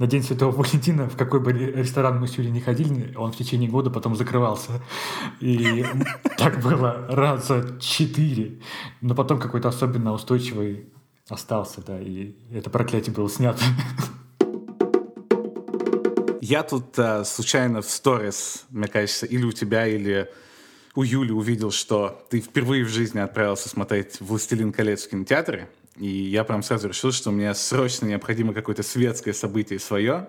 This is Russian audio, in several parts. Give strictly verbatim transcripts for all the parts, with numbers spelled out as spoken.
на День Святого Валентина, в какой бы ресторан мы сегодня не ходили, он в течение года потом закрывался. И так было раза четыре. Но потом какой-то особенно устойчивый остался, да, и это проклятие было снято. Я тут а, случайно в сторис, мне кажется, или у тебя, или у Юли увидел, что ты впервые в жизни отправился смотреть «Властелин колец» в кинотеатре. И я прям сразу решил, что мне срочно необходимо какое-то светское событие свое.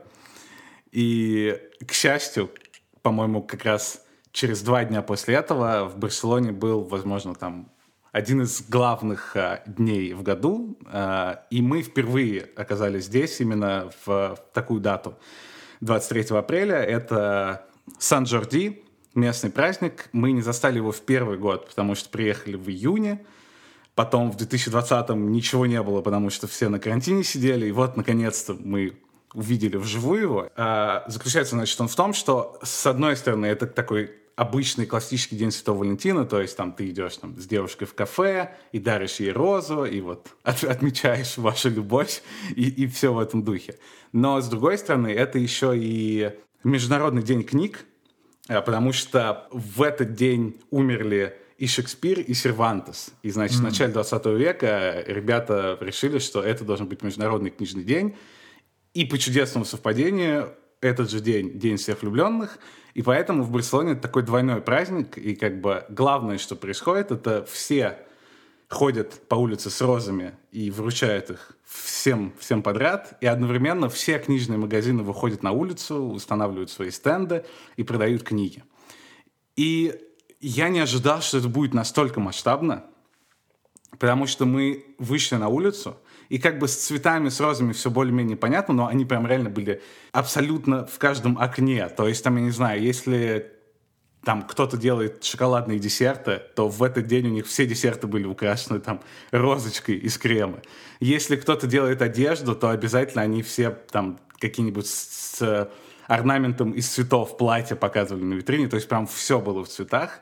И, к счастью, по-моему, как раз через два дня после этого в Барселоне был, возможно, там один из главных а, дней в году. А, и мы впервые оказались здесь именно в, в такую дату. двадцать третьего апреля. Это Сан-Джорди, местный праздник. Мы не застали его в первый год, потому что приехали в июне. Потом в две тысячи двадцатом ничего не было, потому что все на карантине сидели. И вот, наконец-то, мы увидели вживую его. А, заключается, значит, он в том, что, с одной стороны, это такой обычный классический День Святого Валентина, то есть там ты идешь там, с девушкой в кафе и даришь ей розу, и вот от, отмечаешь вашу любовь, и, и все в этом духе. Но, с другой стороны, это еще и Международный день книг, потому что в этот день умерли и Шекспир, и Сервантес. И, значит, mm. в начале двадцатого века ребята решили, что это должен быть Международный книжный день. И по чудесному совпадению этот же день — День всех влюбленных. И поэтому в Барселоне такой двойной праздник. И как бы главное, что происходит, это все ходят по улице с розами и вручают их всем, всем подряд. И одновременно все книжные магазины выходят на улицу, устанавливают свои стенды и продают книги. И я не ожидал, что это будет настолько масштабно, потому что мы вышли на улицу, и как бы с цветами, с розами все более-менее понятно, но они прям реально были абсолютно в каждом окне. То есть там, я не знаю, если там кто-то делает шоколадные десерты, то в этот день у них все десерты были украшены там розочкой из крема. Если кто-то делает одежду, то обязательно они все там какие-нибудь с, с орнаментом из цветов платья показывали на витрине. То есть прям все было в цветах.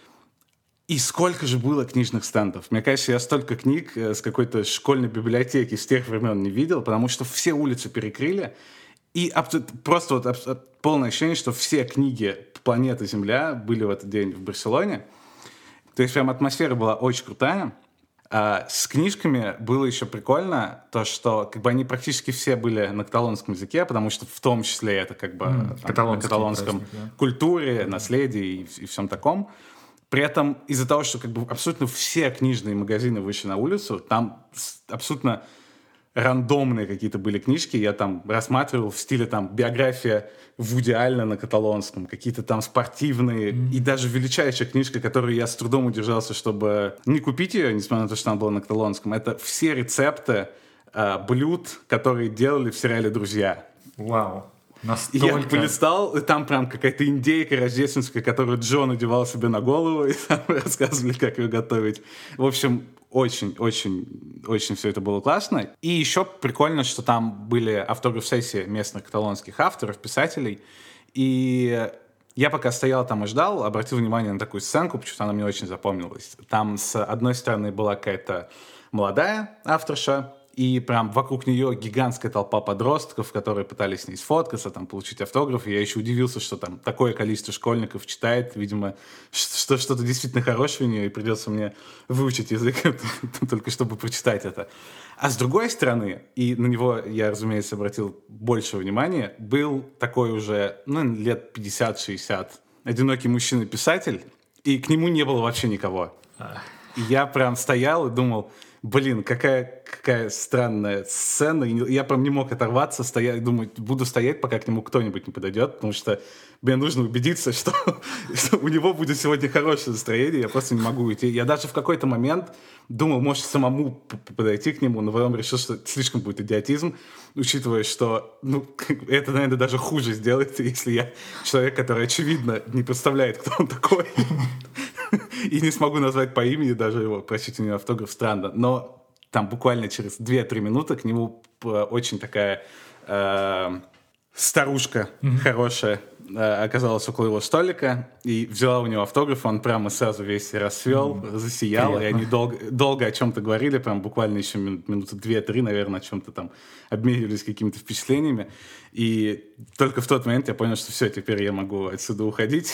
И сколько же было книжных стендов. Мне кажется, я столько книг с какой-то школьной библиотеки с тех времен не видел, потому что все улицы перекрыли. И просто вот полное ощущение, что все книги планеты Земля были в этот день в Барселоне. То есть прям атмосфера была очень крутая. А с книжками было еще прикольно то, что как бы они практически все были на каталонском языке, потому что в том числе это как бы mm, там, на каталонском праздник, да. культуре, наследии и, и всем таком. При этом из-за того, что как бы абсолютно все книжные магазины вышли на улицу, там абсолютно рандомные какие-то были книжки. Я там рассматривал в стиле там биография Вуди Аллена на каталонском, какие-то там спортивные, mm-hmm. и даже величайшая книжка, которую я с трудом удержался, чтобы не купить ее, несмотря на то, что она была на каталонском. Это все рецепты э, блюд, которые делали в сериале «Друзья». Вау. Настолько... Я полистал, и там прям какая-то индейка рождественская, которую Джон одевал себе на голову, и там рассказывали, как ее готовить. В общем, очень-очень-очень все это было классно. И еще прикольно, что там были автограф-сессии местных каталонских авторов, писателей. И я пока стоял там и ждал, обратил внимание на такую сценку, потому что она мне очень запомнилась. Там с одной стороны была какая-то молодая авторша, и прям вокруг нее гигантская толпа подростков, которые пытались с ней сфоткаться, там, получить автограф. И я еще удивился, что там такое количество школьников читает. Видимо, что что-то действительно хорошее у нее, и придется мне выучить язык только чтобы прочитать это. А с другой стороны, и на него я, разумеется, обратил больше внимания, был такой уже, ну, лет пятьдесят-шестьдесят, одинокий мужчина-писатель, и к нему не было вообще никого. И я прям стоял и думал... Блин, какая, какая странная сцена. Я прям не мог оторваться, стоять, думать, буду стоять, пока к нему кто-нибудь не подойдет, потому что мне нужно убедиться, что, что у него будет сегодня хорошее настроение, я просто не могу уйти. Я даже в какой-то момент думал, может, самому подойти к нему, но потом решил, что слишком будет идиотизм, учитывая, что ну, это, наверное, даже хуже сделает, если я человек, который, очевидно, не представляет, кто он такой. И не смогу назвать по имени даже его, просить у него автограф, странно. Но там буквально через две-три минуты к нему очень такая э, старушка mm-hmm. хорошая э, оказалась около его столика и взяла у него автограф, он прямо сразу весь расцвел, mm. засиял, приятно. И они долго, долго о чем-то говорили, прям буквально еще мин, минуты две-три, наверное, о чем-то там обменивались какими-то впечатлениями. И только в тот момент я понял, что все, теперь я могу отсюда уходить.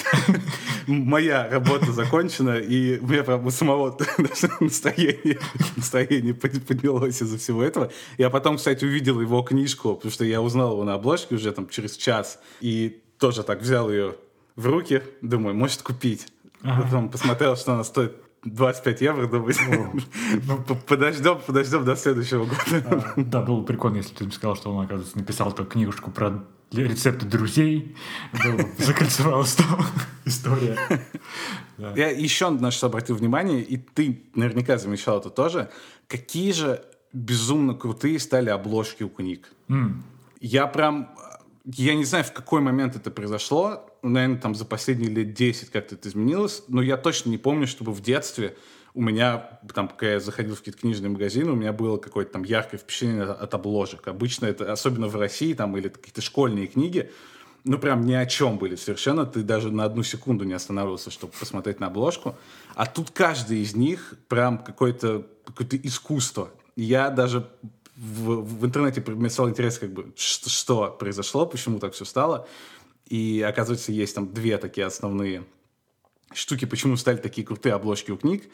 Моя работа закончена, и у меня прям у самого настроение, настроение поднялось из-за всего этого. Я потом, кстати, увидел его книжку, потому что я узнал его на обложке уже там через час, и тоже так взял ее в руки, думаю, может купить. Ага. Потом посмотрел, что она стоит двадцать пять евро, думаю, ну, подождем, подождем до следующего года. А, да, было бы прикольно, если ты мне сказал, что он, оказывается, написал эту книжку про рецепты друзей. Закольцевалась там история. Да. Я еще на что обратил внимание, и ты наверняка замечал это тоже, какие же безумно крутые стали обложки у книг. Mm. Я прям... Я не знаю, в какой момент это произошло. Наверное, там за последние лет десять как-то это изменилось. Но я точно не помню, чтобы в детстве у меня, там, пока я заходил в какие-то книжные магазины, у меня было какое-то там яркое впечатление от, от обложек. Обычно это, особенно в России, там, или какие-то школьные книги, ну, прям ни о чем были совершенно. Ты даже на одну секунду не останавливался, чтобы посмотреть на обложку. А тут каждый из них прям какое-то, какое-то искусство. Я даже... В, в интернете мне стало интересно, как бы, что, что произошло, почему так все стало. И, оказывается, есть там две такие основные штуки, почему стали такие крутые обложки у книг.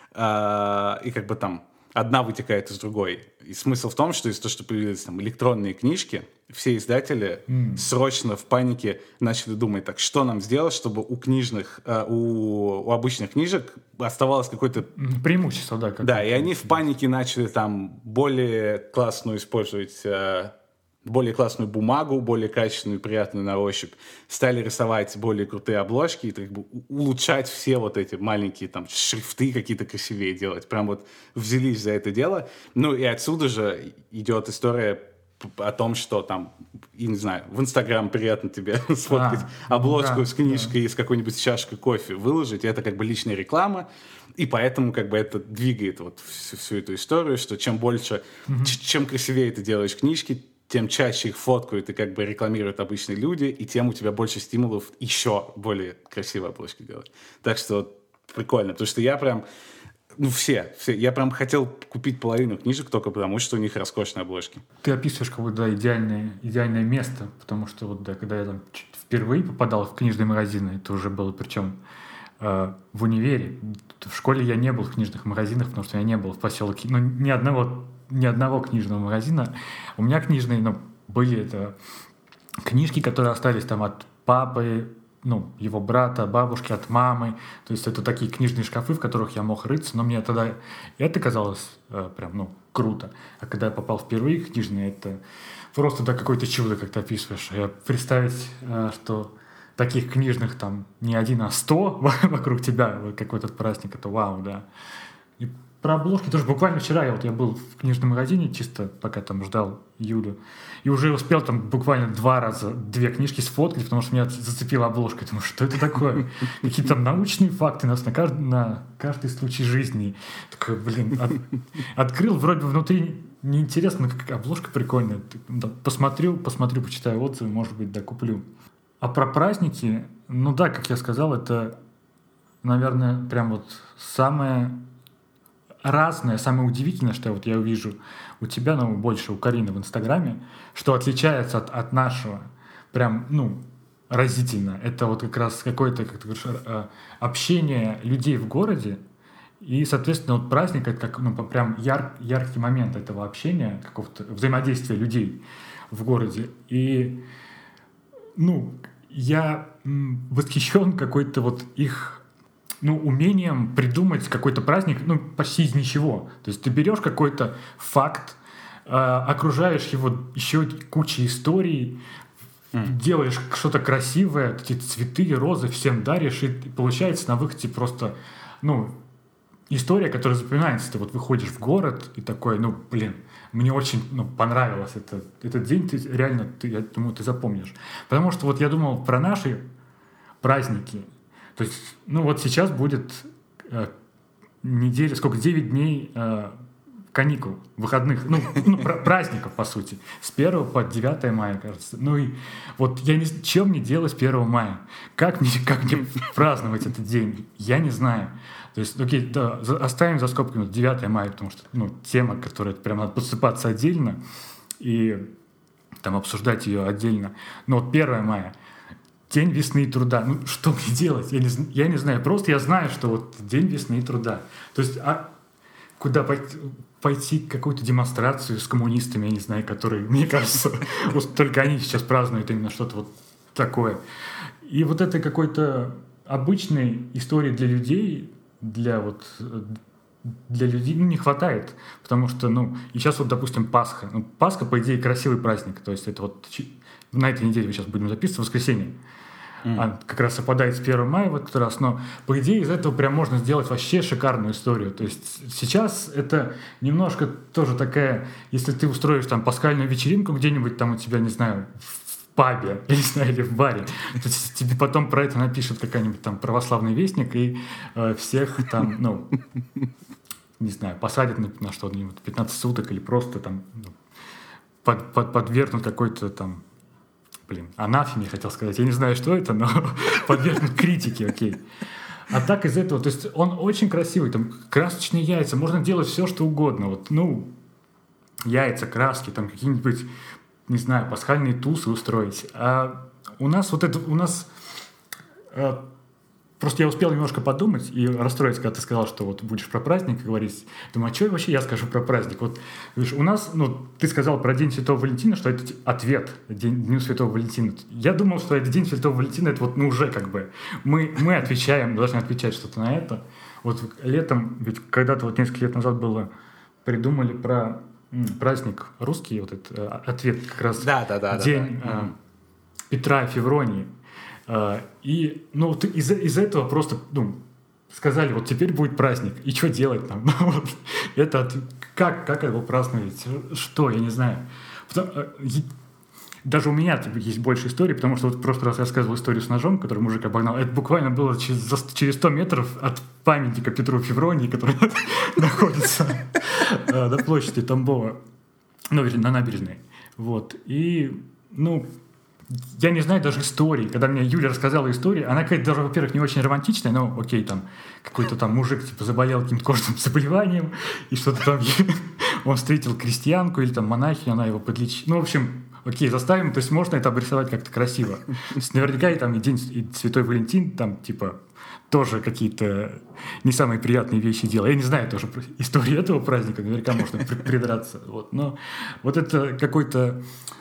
А, и как бы там одна вытекает из другой. И смысл в том, что из-за того, что появились там электронные книжки, все издатели mm. срочно в панике начали думать, так, что нам сделать, чтобы у книжных, uh, у, у обычных книжек оставалось какое-то... преимущество, да. Да, и они в панике начали там более классную использовать... Uh, более классную бумагу, более качественную, приятную на ощупь, стали рисовать более крутые обложки и как бы улучшать все вот эти маленькие там шрифты какие-то красивее делать. Прям вот взялись за это дело. Ну и отсюда же идет история о том, что там, я не знаю, в Инстаграм приятно тебе сфоткать а, обложку да, с книжкой да. и с какой-нибудь чашкой кофе выложить. И это как бы личная реклама. И поэтому как бы это двигает вот всю, всю эту историю, что чем больше, mm-hmm. чем красивее ты делаешь книжки, тем чаще их фоткают и как бы рекламируют обычные люди, и тем у тебя больше стимулов еще более красивые обложки делать. Так что прикольно, потому что я прям, ну все, все, я прям хотел купить половину книжек только потому, что у них роскошные обложки. Ты описываешь какое-то да, идеальное, идеальное место, потому что вот да, когда я там впервые попадал в книжные магазины, это уже было причем э, в универе. В школе я не был в книжных магазинах, потому что я не был в поселке, ну ни одного ни одного книжного магазина. У меня книжные, ну, были это книжки, которые остались там от папы, ну, его брата, бабушки, от мамы. То есть это такие книжные шкафы, в которых я мог рыться, но мне тогда это казалось э, прям, ну, круто. А когда я попал впервые в книжные, это просто да, какое-то чудо, как ты описываешь. Я представить, э, что таких книжных там не один, а сто вокруг тебя, вот как в этот праздник, это вау, да. И про обложки тоже буквально вчера я, вот, я был в книжном магазине, чисто пока там ждал Юлю, и уже успел там буквально два раза две книжки сфоткать, потому что меня зацепила обложка. Я думаю, что это такое? Какие-то там научные факты нас на каждый, на каждый случай жизни. Такой, блин, от, открыл, вроде бы внутри неинтересно, но как обложка прикольная. Да, посмотрю, посмотрю, почитаю отзывы, может быть, да, куплю. А про праздники, ну да, как я сказал, это, наверное, прям вот самое... разное, самое удивительное, что вот я увижу у тебя, ну, больше у Карины в Инстаграме, что отличается от, от нашего, прям, ну, разительно. Это вот как раз какое-то, как ты говоришь, общение людей в городе, и, соответственно, вот праздник — это как, ну, прям яр, яркий момент этого общения, какого-то взаимодействия людей в городе. И, ну, я восхищен какой-то вот их... ну, умением придумать какой-то праздник, ну, почти из ничего. То есть ты берешь какой-то факт, э, окружаешь его еще кучей историй, mm. делаешь что-то красивое, какие-то цветы, розы, всем даришь, и получается на выходе просто, ну, история, которая запоминается. Ты вот выходишь в город и такой, ну, блин, мне очень, ну, понравилось это, этот день, ты реально, ты, я думаю, ты запомнишь. Потому что вот я думал про наши праздники. То есть, ну вот сейчас будет э, неделя, сколько, девять дней э, каникул, выходных, ну, ну праздников, по сути, с первого по девятое мая, кажется. Ну и вот я не знаю, чем мне делать первого мая? Как мне, как мне праздновать этот день? Я не знаю. То есть, окей, да, оставим за скобками девятое мая, потому что, ну, тема, которая прям надо подсыпаться отдельно и там обсуждать ее отдельно. Но вот первое мая, день весны и труда. Ну, что мне делать? Я не, я не знаю. Просто я знаю, что вот день весны и труда. То есть, а куда пойти? Пойти какую-то демонстрацию с коммунистами, я не знаю, которые, мне кажется, вот только они сейчас празднуют именно что-то вот такое. И вот этой какой-то обычной истории для людей, для вот для людей, ну, не хватает, потому что, ну, и сейчас вот, допустим, Пасха. Ну, Пасха, по идее, красивый праздник, то есть это вот на этой неделе мы сейчас будем записывать, в воскресенье. Mm. А как раз совпадает с первого мая в этот раз, но, по идее, из этого прям можно сделать вообще шикарную историю. То есть сейчас это немножко тоже такая, если ты устроишь там пасхальную вечеринку где-нибудь там у тебя, не знаю, в пабе, я не знаю, или в баре, то тебе потом про это напишет какой-нибудь там православный вестник и э, всех там, ну, не знаю, посадят на, на что-нибудь пятнадцать суток или просто там ну, под, под, подвергнут какой-то там Блин, анафеме хотел сказать. Я не знаю, что это, но подвергнут критике, окей. А так из этого, то есть он очень красивый, там красочные яйца, можно делать все, что угодно. Вот, ну, яйца, краски, там какие-нибудь, не знаю, пасхальные тусы устроить. А у нас вот это, у нас... А, просто я успел немножко подумать и расстроиться, когда ты сказал, что вот будешь про праздник говорить. Думаю, а что вообще я скажу про праздник? Вот, видишь, у нас, ну, ты сказал про День Святого Валентина, что это ответ День, Дню Святого Валентина. Я думал, что это День Святого Валентина, это вот, ну, уже как бы, мы, мы отвечаем, должны отвечать что-то на это. Вот летом, ведь когда-то вот несколько лет назад было, придумали про м, праздник русский, вот этот э, ответ как раз да, да, да, День да, да. Э, Петра и Февронии. Uh, и, ну, вот из-за, из-за этого просто, ну, сказали, вот теперь будет праздник, и что делать там? Ну, вот, это, как, как его праздновать? Что, я не знаю. Потому, uh, даже у меня типа, есть больше историй, потому что вот в прошлый раз я рассказывал историю с ножом, который мужик обогнал. Это буквально было через, через сто метров от памятника Петру Февронии, который находится на площади Тамбова, ну, на набережной. Вот. И, ну... Я не знаю даже истории. Когда мне Юля рассказала историю, она какая-то даже, во-первых, не очень романтичная, но окей, там какой-то там мужик типа заболел каким-то кожным заболеванием, и что-то там он встретил крестьянку или там монахиню, она его подлечила. Ну, в общем, окей, заставим, то есть можно это обрисовать как-то красиво. Наверняка и там и День и Святой Валентин, там типа тоже какие-то не самые приятные вещи делал. Я не знаю тоже историю этого праздника, наверняка можно придраться. Вот. Но вот это какой-то...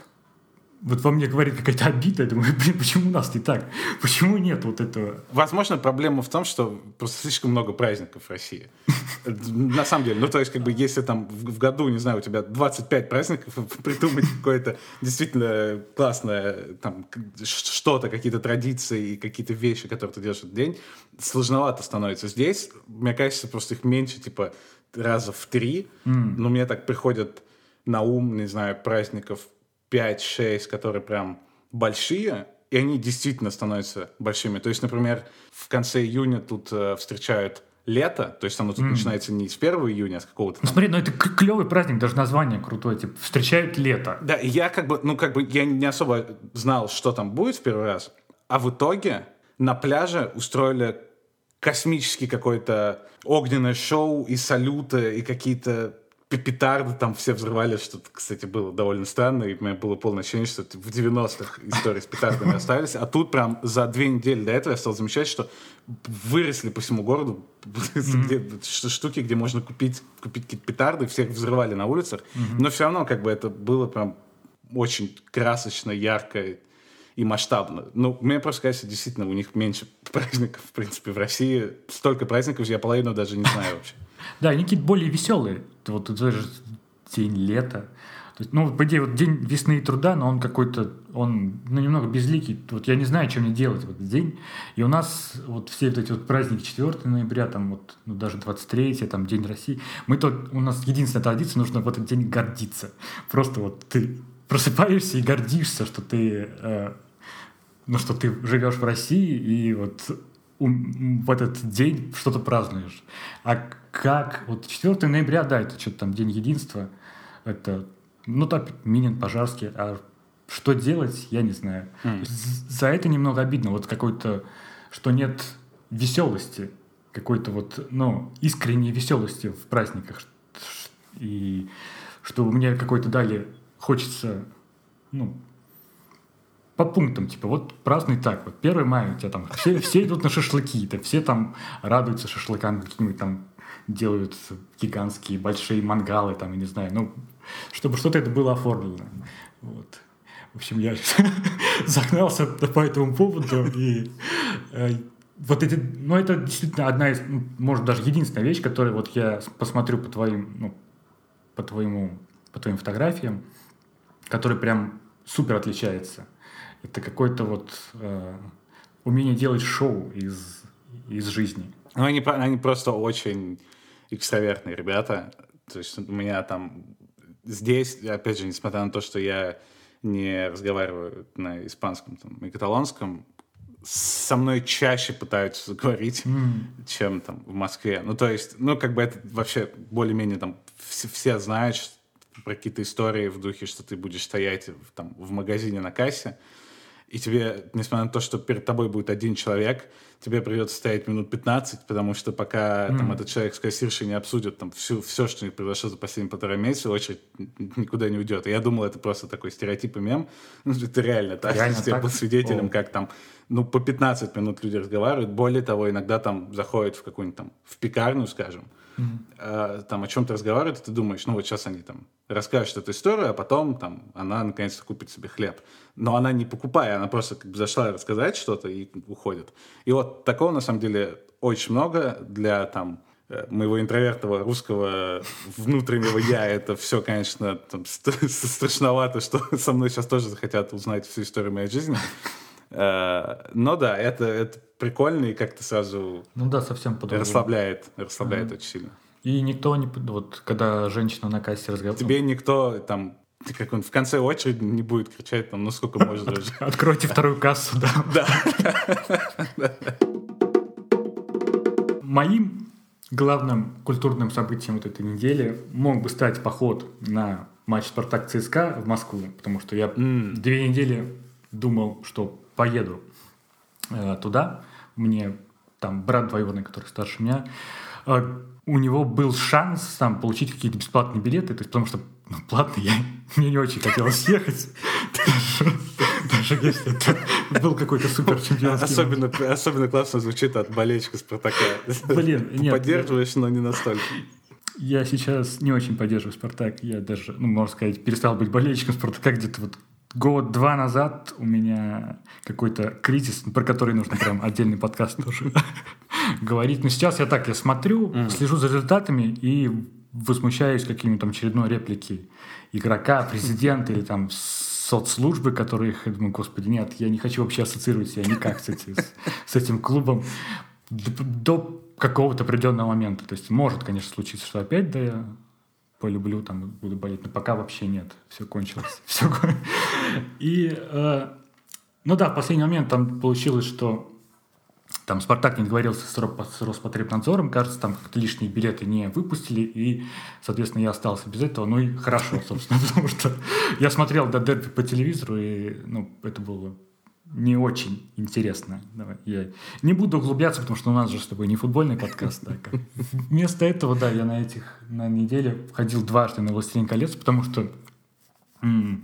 Вот во мне говорит какая-то обида, я думаю, блин, почему у нас не так? Почему нет вот этого? Возможно, проблема в том, что просто слишком много праздников в России. На самом деле, ну то есть, как бы, если там в году, не знаю, у тебя двадцать пять праздников, придумать какое-то действительно классное там что-то, какие-то традиции и какие-то вещи, которые ты делаешь в этот день, сложновато становится. Здесь, мне кажется, просто их меньше, типа, раза в три. Mm. Но мне так приходят на ум, не знаю, праздников пять-шесть, которые прям большие, и они действительно становятся большими. То есть, например, в конце июня тут э, встречают лето, то есть оно тут mm. начинается не с первого июня, а с какого-то... Ну, смотри, ну это клевый праздник, даже название крутое, типа «Встречают лето». Да, и я как бы, ну как бы, я не особо знал, что там будет в первый раз, а в итоге на пляже устроили космический какой-то огненное шоу и салюты, и какие-то петарды там все взрывали, что, кстати, было довольно странно, и у меня было полное ощущение, что в девяностых истории с петардами остались, а тут прям за две недели до этого я стал замечать, что выросли по всему городу mm-hmm. штуки, где можно купить, купить какие-то петарды, всех взрывали на улицах, mm-hmm. но все равно как бы это было прям очень красочно, ярко и масштабно. Ну, мне просто кажется, действительно, у них меньше праздников, в принципе, в России. Столько праздников, я половину даже не знаю вообще. Да, они какие-то более веселые. Вот это же день лета. То есть, ну, по идее, вот день весны и труда, но он какой-то, он, ну, немного безликий. Вот я не знаю, что мне делать в этот день. И у нас вот все вот эти вот праздники четвёртого ноября, там вот, ну, даже двадцать третьего, там, День России. Мы тут, у нас единственная традиция, нужно в этот день гордиться. Просто вот ты просыпаешься и гордишься, что ты, э, ну, что ты живешь в России и вот в этот день что-то празднуешь. А как... Вот четвёртого ноября, да, это что-то там День единства. Это, ну, так, Минин, Пожарский. А что делать, я не знаю. Mm. За это немного обидно. Вот какой-то... Что нет веселости. Какой-то вот, ну, искренней веселости в праздниках. И чтобы мне какой-то дали... Хочется, ну... По пунктам, типа, вот празднуй так, вот первое мая у тебя там, все, все идут на шашлыки, так, все там радуются шашлыкам, какие-нибудь там делают гигантские большие мангалы, там, я не знаю, ну, чтобы что-то это было оформлено. Вот. В общем, я загнался по этому поводу, и э, вот эти, ну, это действительно одна из, ну, может, даже единственная вещь, которую вот я посмотрю по твоим, ну, по твоему, по твоим фотографиям, которая прям супер отличается. Это какое-то вот э, умение делать шоу из, из жизни. Ну, они, они просто очень экстравертные ребята. То есть у меня там здесь, опять же, несмотря на то, что я не разговариваю на испанском там, и каталонском, со мной чаще пытаются говорить, mm. чем там в Москве. Ну, то есть, ну, как бы это вообще более-менее там все, все знают про какие-то истории в духе, что ты будешь стоять там в магазине на кассе, и тебе, несмотря на то, что перед тобой будет один человек, тебе придется стоять минут пятнадцать, потому что пока mm. там, этот человек с кассиршей не обсудит там, всю, все, что у них произошло за последние полтора месяца, очередь никуда не уйдет. И я думал, это просто такой стереотип и мем. Ну, это реально так. Реально я был свидетелем, oh. как там ну, по пятнадцать минут люди разговаривают. Более того, иногда там заходят в какую-нибудь там, в пекарню, скажем, mm-hmm. а, там о чем-то разговаривают, и ты думаешь, ну вот сейчас они там расскажут эту историю, а потом там она наконец-то купит себе хлеб. Но она не покупая, она просто как бы зашла рассказать что-то и уходит. И вот такого на самом деле очень много для там моего интровертного русского внутреннего я. Это все, конечно, там, страшновато, что со мной сейчас тоже захотят узнать всю историю моей жизни. Но да, это, это прикольно и как-то сразу ну да, совсем расслабляет, расслабляет mm-hmm. очень сильно. И никто не... Вот когда женщина на кассе разговаривает... Тебе никто там... Как он в конце очереди не будет кричать там, ну сколько можно даже. Откройте вторую кассу, да. Да. Моим главным культурным событием вот этой недели мог бы стать поход на матч «Спартак-ЦСКА» в Москву, потому что я две недели думал, что поеду туда. Мне там брат двоюродный, который старше меня, у него был шанс там получить какие-то бесплатные билеты, то есть, потому что ну, платные, я, мне не очень хотелось ехать. Даже если это был какой-то супер чемпионский. Особенно, особенно классно звучит от болельщика «Спартака». Блин, нет. Поддерживаешь, но не настолько. Я сейчас не очень поддерживаю «Спартак». Я даже, ну, можно сказать, перестал быть болельщиком «Спартака» где-то вот год-два назад. У меня какой-то кризис, про который нужно прям отдельный подкаст тоже говорить. Но сейчас я так, я смотрю, mm. слежу за результатами и возмущаюсь какими-то там очередной реплики игрока, президента или там соцслужбы, которые, я думаю, господи, нет, я не хочу вообще ассоциировать себя никак с, эти, с, с этим клубом до, до какого-то определенного момента. То есть может, конечно, случиться, что опять, да, я полюблю, там, буду болеть, но пока вообще нет, все кончилось. Все. И, э, ну да, в последний момент там получилось, что там «Спартак» не договорился с Роспотребнадзором, кажется, там как-то лишние билеты не выпустили, и, соответственно, я остался без этого. Ну и хорошо, собственно, потому что я смотрел до дерби по телевизору, и, ну, это было не очень интересно. Давай, я не буду углубляться, потому что у нас же с тобой не футбольный подкаст. Да, как. Вместо этого, да, я на этих, на неделе ходил дважды на «Властелин колец», потому что м-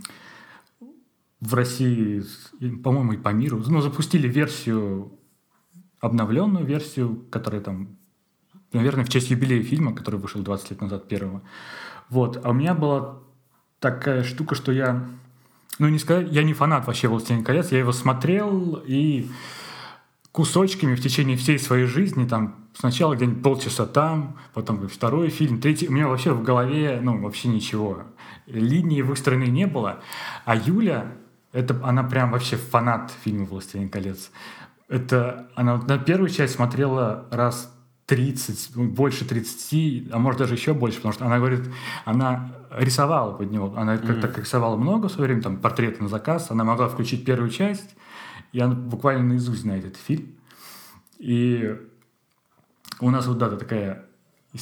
в России, по-моему, и по миру, ну, запустили версию, обновленную версию, которая там, наверное, в честь юбилея фильма, который вышел двадцать лет назад, первого. Вот. А у меня была такая штука, что я... Ну, не сказать, я не фанат вообще «Властелин колец», я его смотрел и кусочками в течение всей своей жизни, там, сначала где-нибудь полчаса там, потом второй фильм, третий. У меня вообще в голове, ну, вообще ничего. Линии выстроены не было. А Юля, это, она прям вообще фанат фильма «Властелин колец». Это она на первую часть смотрела раз тридцать, больше тридцати, а может даже еще больше, потому что она говорит, она рисовала под него, она mm-hmm. как-то рисовала много в свое время, там портреты на заказ, она могла включить первую часть, и она буквально наизусть знает этот фильм. И у нас вот, да, такая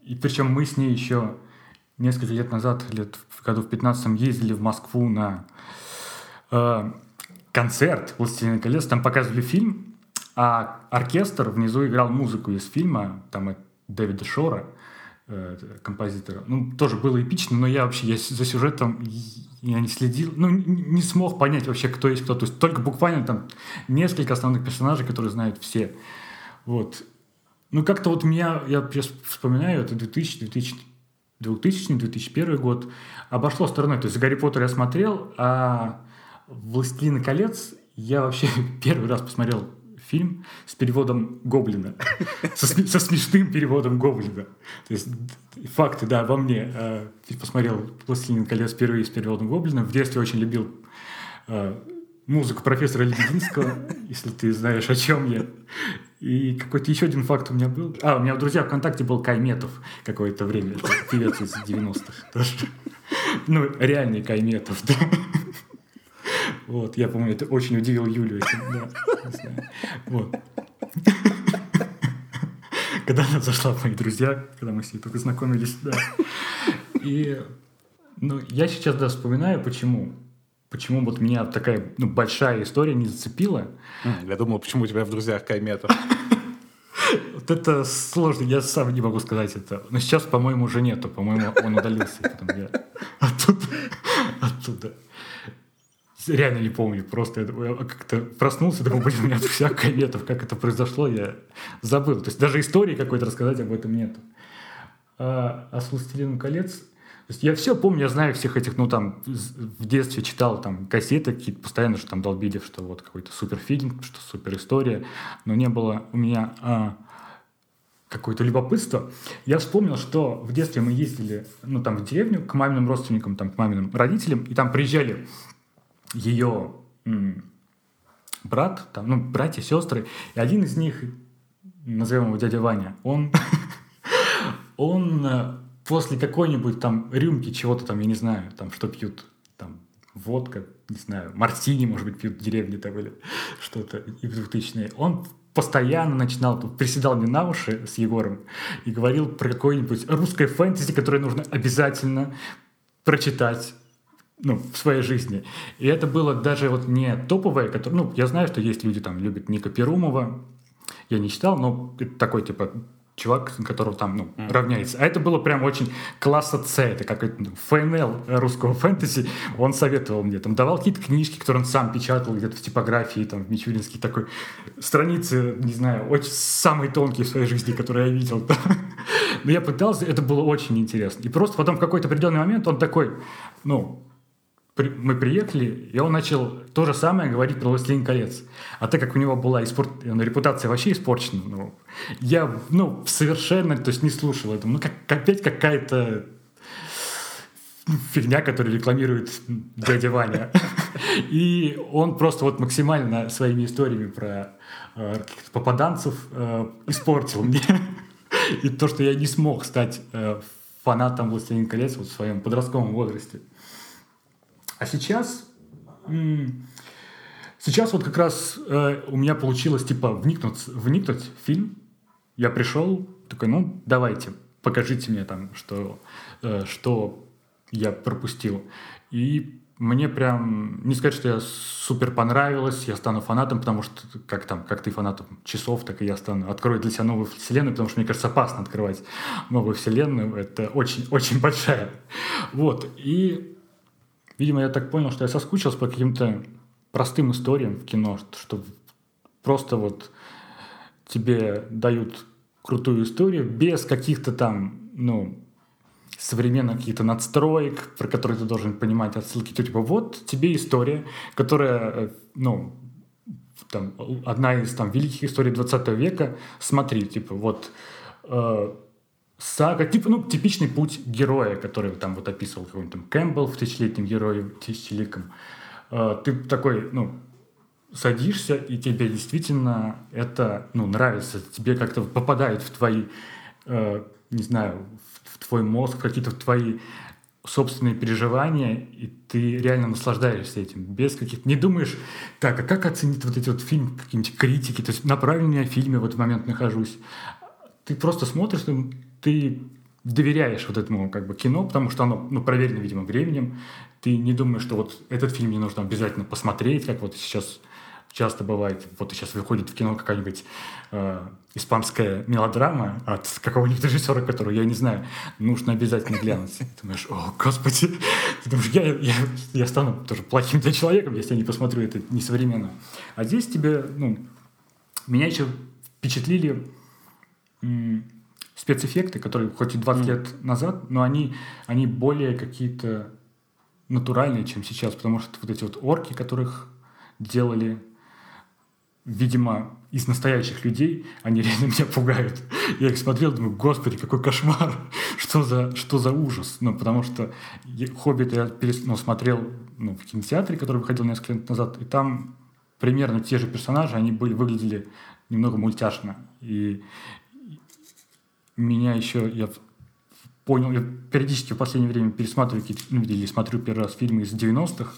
И причем мы с ней еще несколько лет назад, лет в году в пятнадцатом, ездили в Москву на э, концерт «Властелин колец». Там показывали фильм, а оркестр внизу играл музыку из фильма, там от Дэвида Шора, э, композитора. Ну, тоже было эпично, но я вообще я за сюжетом я не следил, ну, не смог понять вообще, кто есть кто. То есть только буквально там несколько основных персонажей, которые знают все. Вот. Ну, как-то вот меня, я сейчас вспоминаю, это двухтысячный, две тысячи первый год, обошло стороной. То есть «Гарри Поттер» я смотрел, а «Властелин колец» я вообще первый раз посмотрел фильм с переводом Гоблина. Со, со смешным переводом Гоблина. То есть факты, да, во мне. Э, посмотрел «Властелин колец» впервые с переводом Гоблина. В детстве очень любил э, музыку профессора Лебединского, если ты знаешь, о чем я. И какой-то еще один факт у меня был. А, у меня в друзьях ВКонтакте был Кай Метов какое-то время. Это певец из девяностых. Ну, реальный Кай Метов, да. Вот, я помню, это очень удивил Юлю. Да, не знаю. Вот. Когда она зашла в мои друзья, когда мы с ней только знакомились, да. И, ну, я сейчас, да, вспоминаю, почему. Почему вот меня такая, ну, большая история не зацепила. Я думал, почему у тебя в друзьях Кай Метов. Вот это сложно, я сам не могу сказать это. Но сейчас, по-моему, уже нету. По-моему, он удалился. Потом я оттуда, оттуда. Реально не помню. Просто я как-то проснулся, думал, блин, у меня в друзьях Кай Метов. Как это произошло, я забыл. То есть даже истории какой-то рассказать об этом нету. А, а с «Властелином колец»... То есть я все помню, я знаю всех этих, ну, там, в детстве читал там кассеты какие-то, постоянно же там долбили, что вот какой-то суперфильм, что супер история, но не было у меня а, какое-то любопытство. Я вспомнил, что в детстве мы ездили, ну, там, в деревню к маминым родственникам, там, к маминым родителям, и там приезжали ее м- брат, там, ну, братья, сестры, и один из них, назовем его дядя Ваня, он, он после какой-нибудь там рюмки чего-то там, я не знаю, там, что пьют, там, водка, не знаю, мартини, может быть, пьют в деревне там или что-то, и в двухтысячные, он постоянно начинал, приседал мне на уши с Егором и говорил про какое-нибудь русское фэнтези, которое нужно обязательно прочитать, ну, в своей жизни. И это было даже вот не топовое, которое, ну, я знаю, что есть люди, там, любят Ника Перумова, я не читал, но это такой, типа, чувак, которого там, ну, mm. равняется. А это было прям очень класса С. Это как ну, ФНЛ русского фэнтези. Он советовал мне, там, давал какие-то книжки, которые он сам печатал где-то в типографии, там, в Мичуринске такой. Страницы, не знаю, очень самые тонкие в своей жизни, которые я видел. Но я пытался, это было очень интересно. И просто потом в какой-то определенный момент он такой, ну, при, мы приехали, и он начал то же самое говорить про «Властелин колец». А так как у него была испор... репутация вообще испорчена, ну, я, ну, совершенно, то есть не слушал этого. Ну, как, опять какая-то фигня, которую рекламирует дядя Ваня. И он просто вот максимально своими историями про э, каких-то попаданцев э, испортил мне. И то, что я не смог стать э, фанатом «Властелин колец» вот в своем подростковом возрасте. А сейчас, сейчас вот как раз э, у меня получилось типа вникнуть, вникнуть в фильм. Я пришел, такой, ну давайте, покажите мне там, что, э, что я пропустил. И мне прям, не сказать, что я супер понравилось, я стану фанатом, потому что как там, как ты фанатом часов, так и я стану, открою для себя новую вселенную, потому что мне кажется опасно открывать новую вселенную. Это очень-очень большая. Вот, и видимо, я так понял, что я соскучился по каким-то простым историям в кино, что просто вот тебе дают крутую историю без каких-то там, ну, современных каких-то надстроек, про которые ты должен понимать отсылки. То, типа, вот тебе история, которая, ну, там, одна из там великих историй двадцатого века. Смотри, типа, вот... Э, сага, типа, ну, типичный путь героя, который там вот описывал какой-нибудь там Кэмпбелл в «Тысячелетнем герое», «Тысячеликом». Э, ты такой, ну, садишься, и тебе действительно это, ну, нравится. Тебе как-то попадает в твои, э, не знаю, в, в твой мозг, какие-то в твои собственные переживания, и ты реально наслаждаешься этим. Без каких-то... Не думаешь, так, а как оценить вот эти вот фильмы, какие-нибудь критики? То есть на правильном я фильме в этот момент нахожусь. Ты просто смотришь, ты доверяешь вот этому как бы кино, потому что оно, ну, проверено, видимо, временем. Ты не думаешь, что вот этот фильм мне нужно обязательно посмотреть, как вот сейчас часто бывает. Вот сейчас выходит в кино какая-нибудь э, испанская мелодрама от какого-нибудь режиссера, которого я не знаю, нужно обязательно глянуть. Ты думаешь, о, господи, ты думаешь, я, я, я стану тоже плохим для человека, если я не посмотрю это несовременно. А здесь тебе, ну, меня еще впечатлили м- спецэффекты, которые хоть и двадцать mm. лет назад, но они, они более какие-то натуральные, чем сейчас, потому что вот эти вот орки, которых делали, видимо, из настоящих людей, они реально меня пугают. Я их смотрел, думаю, господи, какой кошмар, что за, что за ужас. Ну, потому что «Хоббит» я перес... ну, смотрел ну, в кинотеатре, который выходил несколько лет назад, и там примерно те же персонажи, они были, выглядели немного мультяшно. И меня еще, я понял, я периодически в последнее время пересматриваю какие-то, ну, или смотрю первый раз фильмы из девяностых,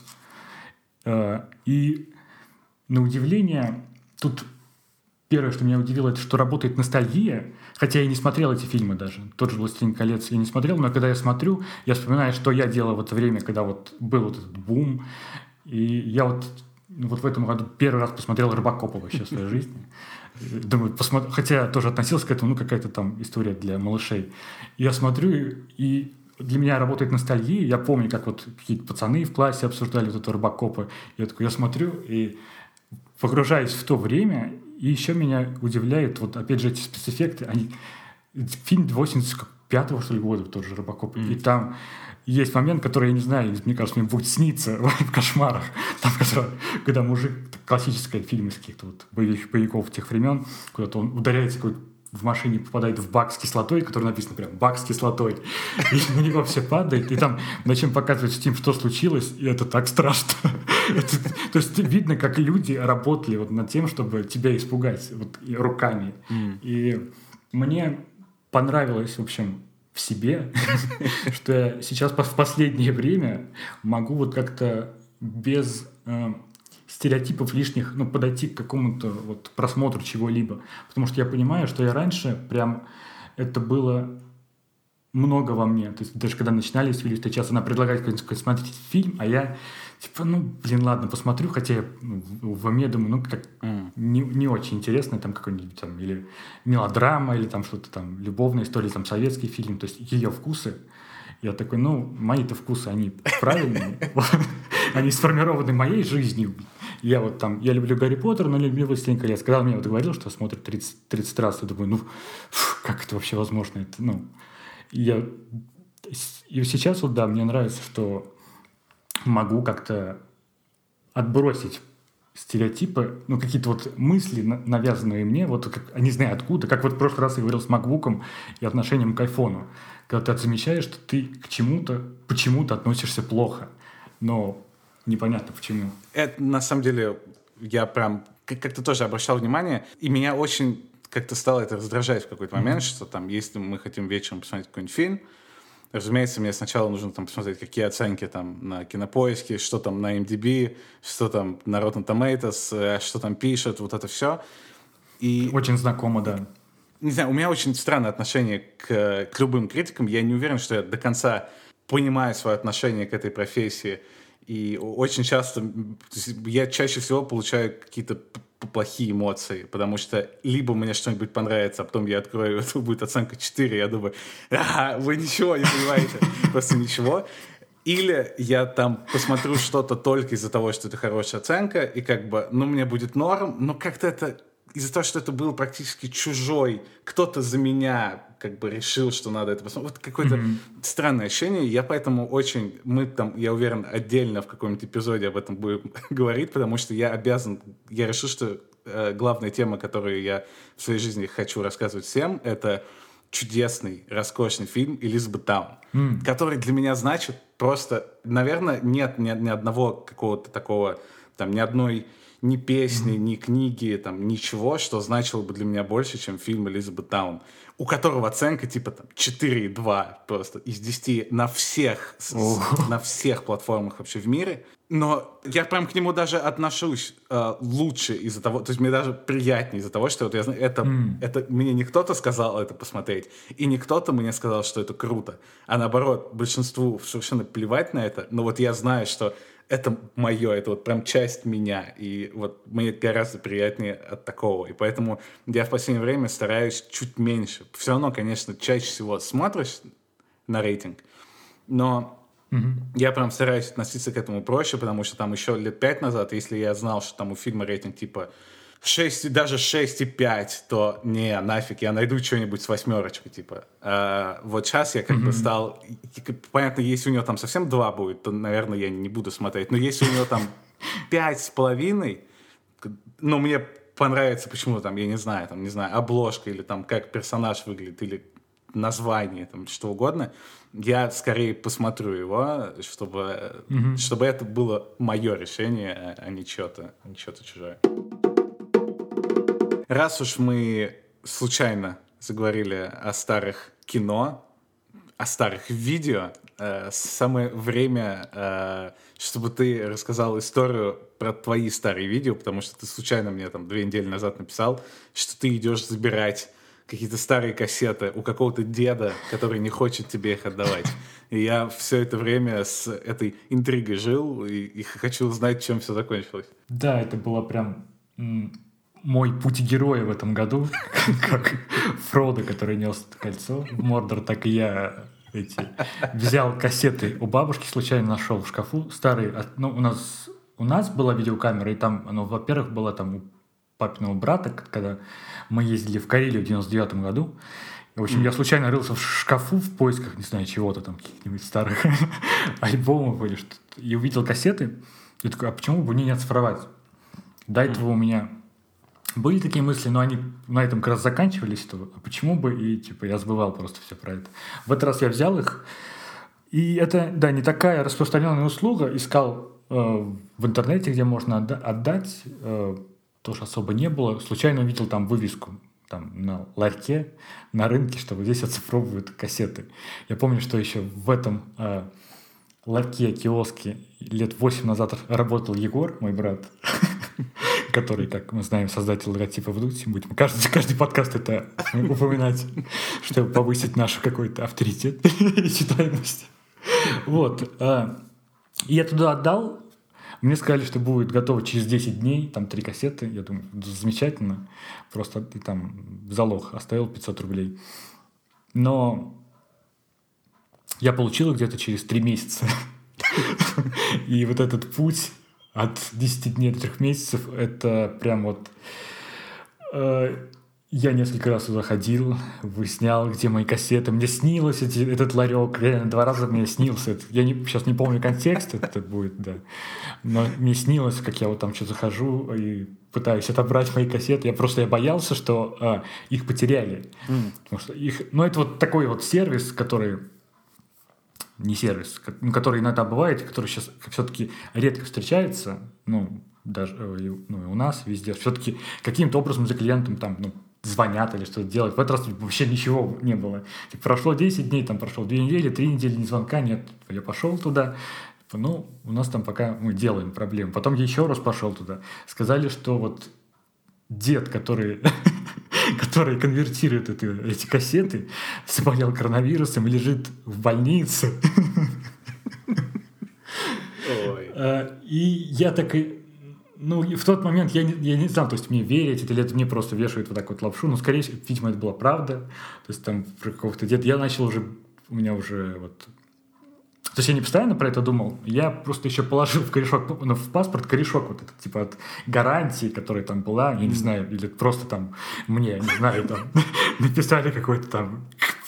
э, и на удивление, тут первое, что меня удивило, это что работает ностальгия, хотя я не смотрел эти фильмы даже, тот же «Властелин колец» я не смотрел, но когда я смотрю, я вспоминаю, что я делал в это время, когда вот был вот этот бум, и я вот, вот в этом году первый раз посмотрел «Робокопа» вообще в своей жизни. Думаю, посмотр... хотя я тоже относился к этому, ну, какая-то там история для малышей. Я смотрю, и для меня работает ностальгия. Я помню, как вот какие-то пацаны в классе обсуждали вот это Робокопа. Я такой, я смотрю и погружаюсь в то время, и еще меня удивляет, вот опять же эти спецэффекты. Они... Фильм восемьдесят пятого, что ли, года тоже Робокоп. Mm. И там есть момент, который, я не знаю, мне кажется, мне будет сниться в кошмарах. Там, когда, когда мужик, классический фильм из каких-то вот боевых, боевиков тех времен, куда-то он ударяется в машине, попадает в бак с кислотой, который написано прям «бак с кислотой». И на него все падает. И там зачем показывать с тем, что случилось, и это так страшно. это, то есть видно, как люди работали вот над тем, чтобы тебя испугать вот, и руками. Mm. И мне понравилось, в общем, в себе, что я сейчас в последнее время могу вот как-то без э, стереотипов лишних, ну, подойти к какому-то вот просмотру чего-либо. Потому что я понимаю, что я раньше прям это было много во мне. То есть даже когда начинали с Юлей встречаться, она предлагает какой-нибудь смотреть фильм, а я типа, ну, блин, ладно, посмотрю, хотя я ну, во мне думаю, ну, как mm. не, не очень интересно, там какой-нибудь там или мелодрама, или там что-то там, любовная история, там советский фильм, то есть ее вкусы. Я такой, ну, мои-то вкусы, они правильные, они сформированы моей жизнью. Я вот там, я люблю Гарри Поттер, но люблю «Властелин колец». Когда он мне вот говорил, что смотрит тридцать, тридцать раз, я думаю, ну, как это вообще возможно? Это, ну, я... И сейчас вот, да, мне нравится, что могу как-то отбросить стереотипы, ну, какие-то вот мысли, навязанные мне, вот, как, не знаю откуда, как вот в прошлый раз я говорил с MacBook'ом и отношением к айфону. Когда ты замечаешь, что ты к чему-то, почему-то относишься плохо, но непонятно почему. Это, на самом деле, я прям как-то тоже обращал внимание, и меня очень как-то стало это раздражать в какой-то момент, mm-hmm. что там, если мы хотим вечером посмотреть какой-нибудь фильм, разумеется, мне сначала нужно там посмотреть, какие оценки там на Кинопоиске, что там на эм ди би, что там на Rotten Tomatoes, что там пишут, вот это все. И... Очень знакомо, да. Не знаю, у меня очень странное отношение к, к любым критикам. Я не уверен, что я до конца понимаю свое отношение к этой профессии. И очень часто, я чаще всего получаю какие-то плохие эмоции, потому что либо мне что-нибудь понравится, а потом я открою, это будет оценка четыре, я думаю, а, вы ничего не понимаете, просто ничего. Или я там посмотрю что-то только из-за того, что это хорошая оценка, и как бы, ну, мне будет норм, но как-то это из-за того, что это был практически чужой, кто-то за меня как бы решил, что надо это посмотреть. Вот какое-то mm-hmm. странное ощущение. Я поэтому очень... Мы там, я уверен, отдельно в каком-нибудь эпизоде об этом будем говорить, потому что я обязан... Я решил, что э, главная тема, которую я в своей жизни хочу рассказывать всем, это чудесный, роскошный фильм «Элизабеттаун», mm. который для меня значит просто... Наверное, нет ни, ни одного какого-то такого... Там, ни одной... ни песни, mm-hmm. ни книги, там, ничего, что значило бы для меня больше, чем фильм «Элизабеттаун», у которого оценка типа там четыре и два просто из десяти на всех, oh. с, на всех платформах вообще в мире. Но я прям к нему даже отношусь э, лучше из-за того, то есть мне даже приятнее из-за того, что вот я знаю, это, mm. это мне не кто-то сказал это посмотреть, и не кто-то мне сказал, что это круто, а наоборот, большинству совершенно плевать на это, но вот я знаю, что это мое, это вот прям часть меня, и вот мне гораздо приятнее от такого, и поэтому я в последнее время стараюсь чуть меньше. Все равно, конечно, чаще всего смотришь на рейтинг, но mm-hmm. я прям стараюсь относиться к этому проще, потому что там еще лет пять назад, если я знал, что там у фильма рейтинг типа шесть, даже шесть и пять, то не, нафиг, я найду что-нибудь с восьмерочкой, типа. А вот сейчас я как mm-hmm. бы стал... Понятно, если у него там совсем два будет, то, наверное, я не буду смотреть. Но если у него там пять с половиной, ну, мне понравится почему там, я не знаю, там, не знаю, обложка или там как персонаж выглядит, или название, там, что угодно, я скорее посмотрю его, чтобы, mm-hmm. чтобы это было мое решение, а не что-то, а не что-то чужое. Раз уж мы случайно заговорили о старых кино, о старых видео, э, самое время, э, чтобы ты рассказал историю про твои старые видео, потому что ты случайно мне там две недели назад написал, что ты идешь забирать какие-то старые кассеты у какого-то деда, который не хочет тебе их отдавать. И я все это время с этой интригой жил и, и хочу узнать, чем все закончилось. Да, это было прям... М- мой путь героя в этом году, как Фродо, который нес кольцо в Мордор, так и я эти, взял кассеты у бабушки, случайно нашел в шкафу старые. Ну, у нас, у нас была видеокамера, и там, ну, во-первых, была там у папиного брата, когда мы ездили в Карелию в девяносто девятом году. В общем, mm. я случайно рылся в шкафу в поисках, не знаю, чего-то там, каких-нибудь старых альбомов или что-то, и увидел кассеты. И такой, а почему бы мне не оцифровать? До этого mm. у меня... Были такие мысли, но они на этом как раз заканчивались. То, а почему бы? И типа я забывал просто все про это. В этот раз я взял их. И это, да, не такая распространенная услуга. Искал э, в интернете, где можно отда- отдать. Э, тоже особо не было. Случайно увидел там вывеску там, на ларьке, на рынке, что вот здесь оцифровывают кассеты. Я помню, что еще в этом э, ларьке, киоске лет восемь назад работал Егор, мой брат, который, как мы знаем, создатель логотипа «Вдуть». Будем каждый, каждый подкаст это упоминать, чтобы повысить наш какой-то авторитет и читаемость. Вот. И я туда отдал. Мне сказали, что будет готово через десять дней. Там три кассеты. Я думаю, замечательно. Просто ты там залог оставил пятьсот рублей. Но я получил их где-то через три месяца. И вот этот путь... От десяти дней до трех месяцев это прям вот... Э, я несколько раз туда ходил, выяснял, где мои кассеты. Мне снилось эти, этот ларек. Реально, два раза мне снился. Это, я не, сейчас не помню контекст, это будет, да. Но мне снилось, как я вот там что-то захожу и пытаюсь отобрать мои кассеты. Я просто я боялся, что а, их потеряли. Mm. Потому что их... Ну, это вот такой вот сервис, который... не сервис, который иногда бывает, который сейчас все-таки редко встречается, ну, даже ну, и у нас везде, все-таки каким-то образом за клиентом там, ну, звонят или что-то делают. В этот раз вообще ничего не было. Типа, прошло десять дней, там прошло две недели, три недели, ни звонка нет. Я пошел туда, типа, ну, у нас там пока мы делаем проблем. Потом я еще раз пошел туда. Сказали, что вот дед, который... который конвертирует это, эти кассеты, заболел коронавирусом и лежит в больнице. Ой. И я так и... Ну, в тот момент я не, я не знал, то есть мне верить, или это мне просто вешают вот так вот лапшу. Но, скорее всего, видимо, это была правда. То есть там про какого-то деда... Я начал уже... У меня уже вот... То есть я не постоянно про это думал, я просто еще положил в корешок, ну, в паспорт корешок вот этот, типа, от гарантии, которая там была, я не знаю, или просто там мне, не знаю, там, написали какой-то там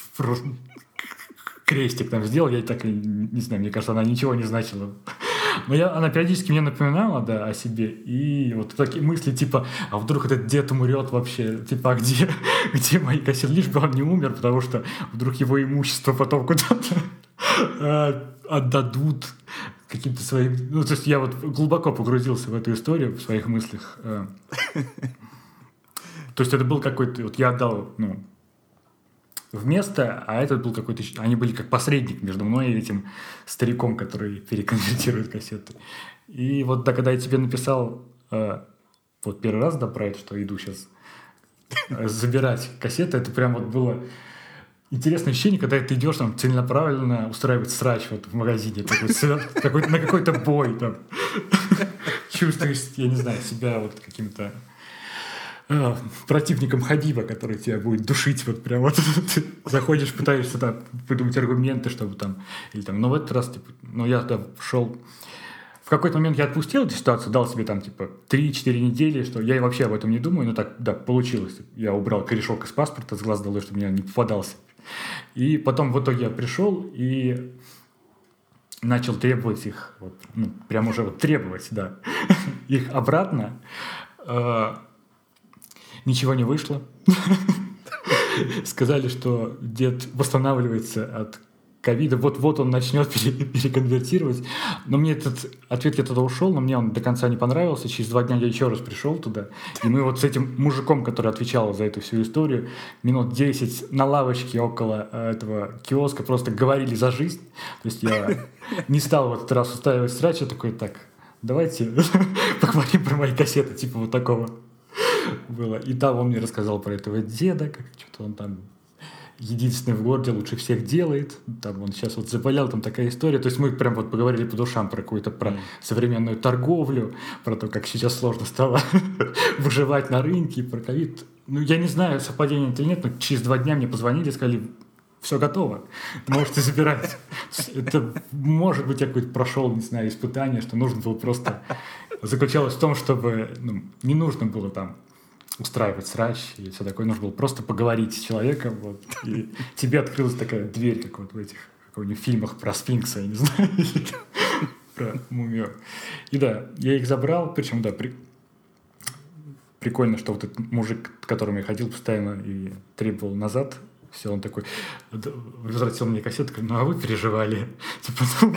крестик там сделал, я так и не знаю, мне кажется, она ничего не значила. Но я, она периодически мне напоминала, да, о себе, и вот такие мысли, типа, а вдруг этот дед умрет вообще, типа, а где, где мои кассеты, лишь бы он не умер, потому что вдруг его имущество потом куда-то отдадут каким-то своим... Ну, то есть я вот глубоко погрузился в эту историю в своих мыслях. То есть это был какой-то... Вот я отдал, ну, вместо, а этот был какой-то... Они были как посредник между мной и этим стариком, который переконвертирует кассеты. И вот да, когда я тебе написал э, вот первый раз, да, про это, что иду сейчас э, забирать кассеты, это прям вот было интересное ощущение, когда ты идешь там целенаправленно устраивать срач вот в магазине, такой, такой, на какой-то бой там. Чувствуешь, я не знаю, себя вот каким-то э, противником Хабиба, который тебя будет душить, вот прям вот ты заходишь, пытаешься там придумать аргументы, чтобы там, или там, но в этот раз, типа, ну я туда шел, в какой-то момент я отпустил эту ситуацию, дал себе там, типа, три-четыре недели, что я вообще об этом не думаю, но так, да, получилось. Я убрал корешок из паспорта, с глаз долой, чтобы меня не попадался. И потом в итоге я пришел и начал требовать их, вот, ну, прям уже вот требовать, да, их обратно. Ничего не вышло. Сказали, что дед восстанавливается от ковида, вот-вот он начнет переконвертировать. Но мне этот ответ, я туда ушел, но мне он до конца не понравился. Через два дня я еще раз пришел туда. И мы вот с этим мужиком, который отвечал за эту всю историю, минут десять на лавочке около этого киоска просто говорили за жизнь. То есть я не стал в этот раз устраивать срач, я такой, так, давайте поговорим про мои кассеты, типа вот такого было. И там он мне рассказал про этого деда, как что-то он там единственный в городе, лучше всех делает. Там он сейчас вот заболел, там такая история. То есть мы прям вот поговорили по душам про какую-то про современную торговлю, про то, как сейчас сложно стало выживать на рынке, про ковид. Ну, я не знаю, совпадение это или нет, но через два дня мне позвонили и сказали, все готово, можете забирать. Это, может быть, я какой-то прошел, не знаю, испытание, что нужно было просто... Заключалось в том, чтобы ну, не нужно было там устраивать срач и все такое. Нужно было просто поговорить с человеком. Вот, и тебе открылась такая дверь, как вот в этих каких-нибудь фильмах про сфинкса, я не знаю, про мумию. И да, я их забрал, причем, да, при... прикольно, что вот этот мужик, к которому я ходил постоянно и требовал назад, все, он такой возвратил мне кассету, говорит, ну а вы переживали. Типа, ну,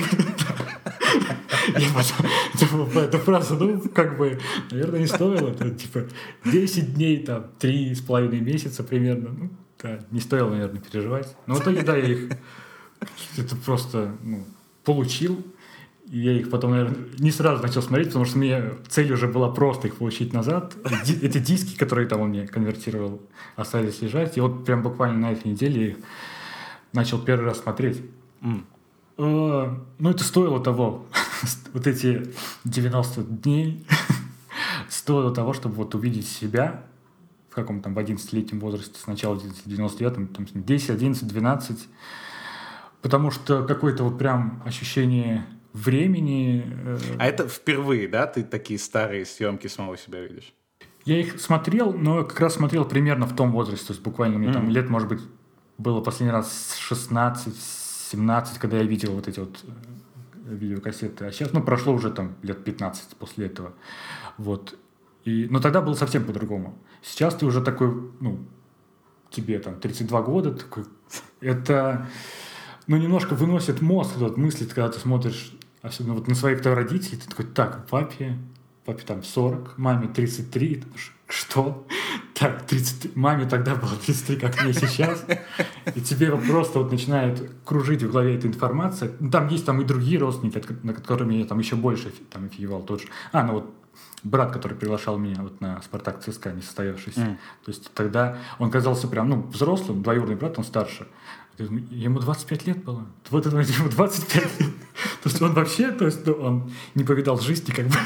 я потом, типа, эту фразу, ну, как бы, наверное, не стоило. Это, типа, десять дней, там, три с половиной месяца примерно. Ну, да, не стоило, наверное, переживать. Но в итоге, да, я их это просто, ну, получил. И я их потом, наверное, не сразу начал смотреть, потому что мне цель уже была просто их получить назад. Эти диски, которые там он мне конвертировал, остались лежать. И вот прям буквально на этой неделе я их начал первый раз смотреть. Mm. Uh, ну, это стоило того. Вот эти девяносто дней стоило того, чтобы вот увидеть себя в каком-то там в одиннадцатилетнем возрасте, сначала в девяносто девятом, там, десять, одиннадцать, двенадцать. Потому что какое-то вот прям ощущение времени. Э... А это впервые, да? Ты такие старые съемки самого себя видишь? Я их смотрел, но как раз смотрел примерно в том возрасте. То есть буквально мне mm. там лет, может быть, было последний раз шестнадцать семнадцать, когда я видел вот эти вот видеокассеты. А сейчас, ну, прошло уже там лет пятнадцать после этого. Вот. И, но тогда было совсем по-другому. Сейчас ты уже такой, ну, тебе там тридцать два года, такой, это, ну, немножко выносит мозг, вот, мысли, когда ты смотришь, особенно вот на своих родителей, ты такой, так, папе, папе там сорок, маме тридцать три, что? Так, тридцать, маме тогда было тридцать три, как мне сейчас. И тебе просто вот начинает кружить в голове эта информация. Ну, там есть там и другие родственники, на которыми я там еще больше там офигевал. Тот же. А, ну вот брат, который приглашал меня вот на «Спартак» ЦСКА, не состоявшийся. Mm. То есть тогда он казался прям, ну, взрослым, двоюродный брат, он старше. Ему двадцать пять лет было. Вот это ему двадцать пять лет. То есть он вообще, то есть ну, он не повидал жизни, как бы.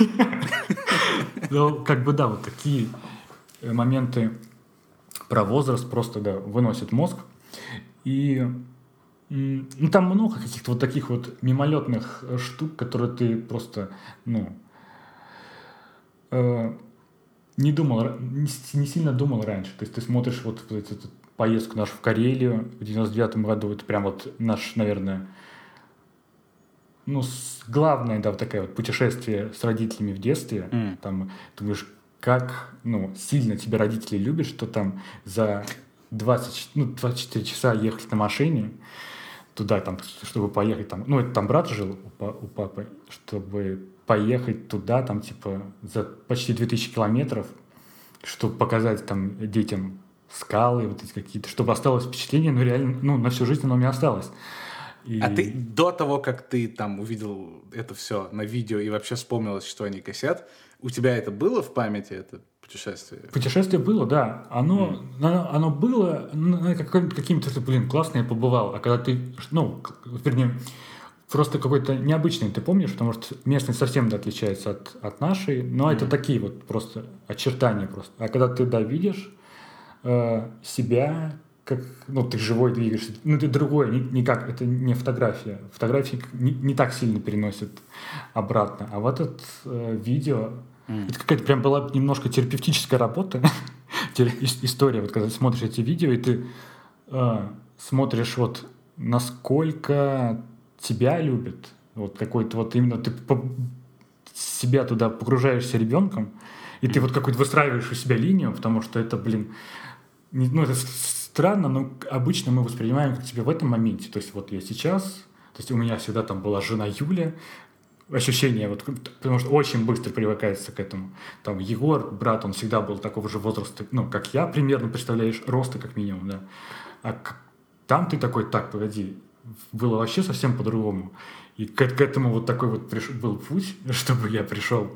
Ну, как бы, да, вот такие моменты про возраст просто, да, выносят мозг. И ну, там много каких-то вот таких вот мимолетных штук, которые ты просто, ну, э, не думал, не, не сильно думал раньше. То есть ты смотришь вот, вот эту, эту поездку нашу в Карелию в девяносто девятом году, это прям вот наш, наверное, ну, главное, да, вот такое вот путешествие с родителями в детстве. Mm. Там, думаешь, как, ну, сильно тебя родители любят, что там за двадцать, ну, двадцать четыре часа ехать на машине туда, там, чтобы поехать, там, ну, это там брат жил у, у папы, чтобы поехать туда, там, типа, за почти две тысячи километров, чтобы показать там детям скалы, вот эти какие-то, чтобы осталось впечатление, ну, реально, ну, на всю жизнь оно у меня осталось. И... А ты до того, как ты там увидел это все на видео и вообще вспомнил о существовании кассет, у тебя это было в памяти, это путешествие? Путешествие было, да. Оно, mm. оно, оно было, ну, каким-то, блин, классно я побывал. А когда ты, ну, вернее, просто какой-то необычный, ты помнишь, потому что местность совсем отличается от, от нашей, но mm. это такие вот просто очертания просто. А когда ты, да, видишь э, себя, как, ну, ты живой двигаешься, ну, ты другой, не, не как, это не фотография. Фотографии не, не так сильно переносят обратно. А вот это э, видео, mm. это какая-то прям была немножко терапевтическая работа, история, вот когда ты смотришь эти видео, и ты э, смотришь вот насколько тебя любят, вот какой-то вот именно ты по, себя туда погружаешься ребенком, и ты вот какой-то выстраиваешь у себя линию, потому что это, блин, не, ну это странно, но обычно мы воспринимаем как тебя в этом моменте. То есть вот я сейчас, то есть у меня всегда там была жена Юля, ощущение, вот, потому что очень быстро привыкается к этому. Там Егор, брат, он всегда был такого же возраста, ну, как я примерно, представляешь, роста как минимум, да. А к- там ты такой, так, погоди, было вообще совсем по-другому. И к, к этому вот такой вот приш... был путь, чтобы я пришел.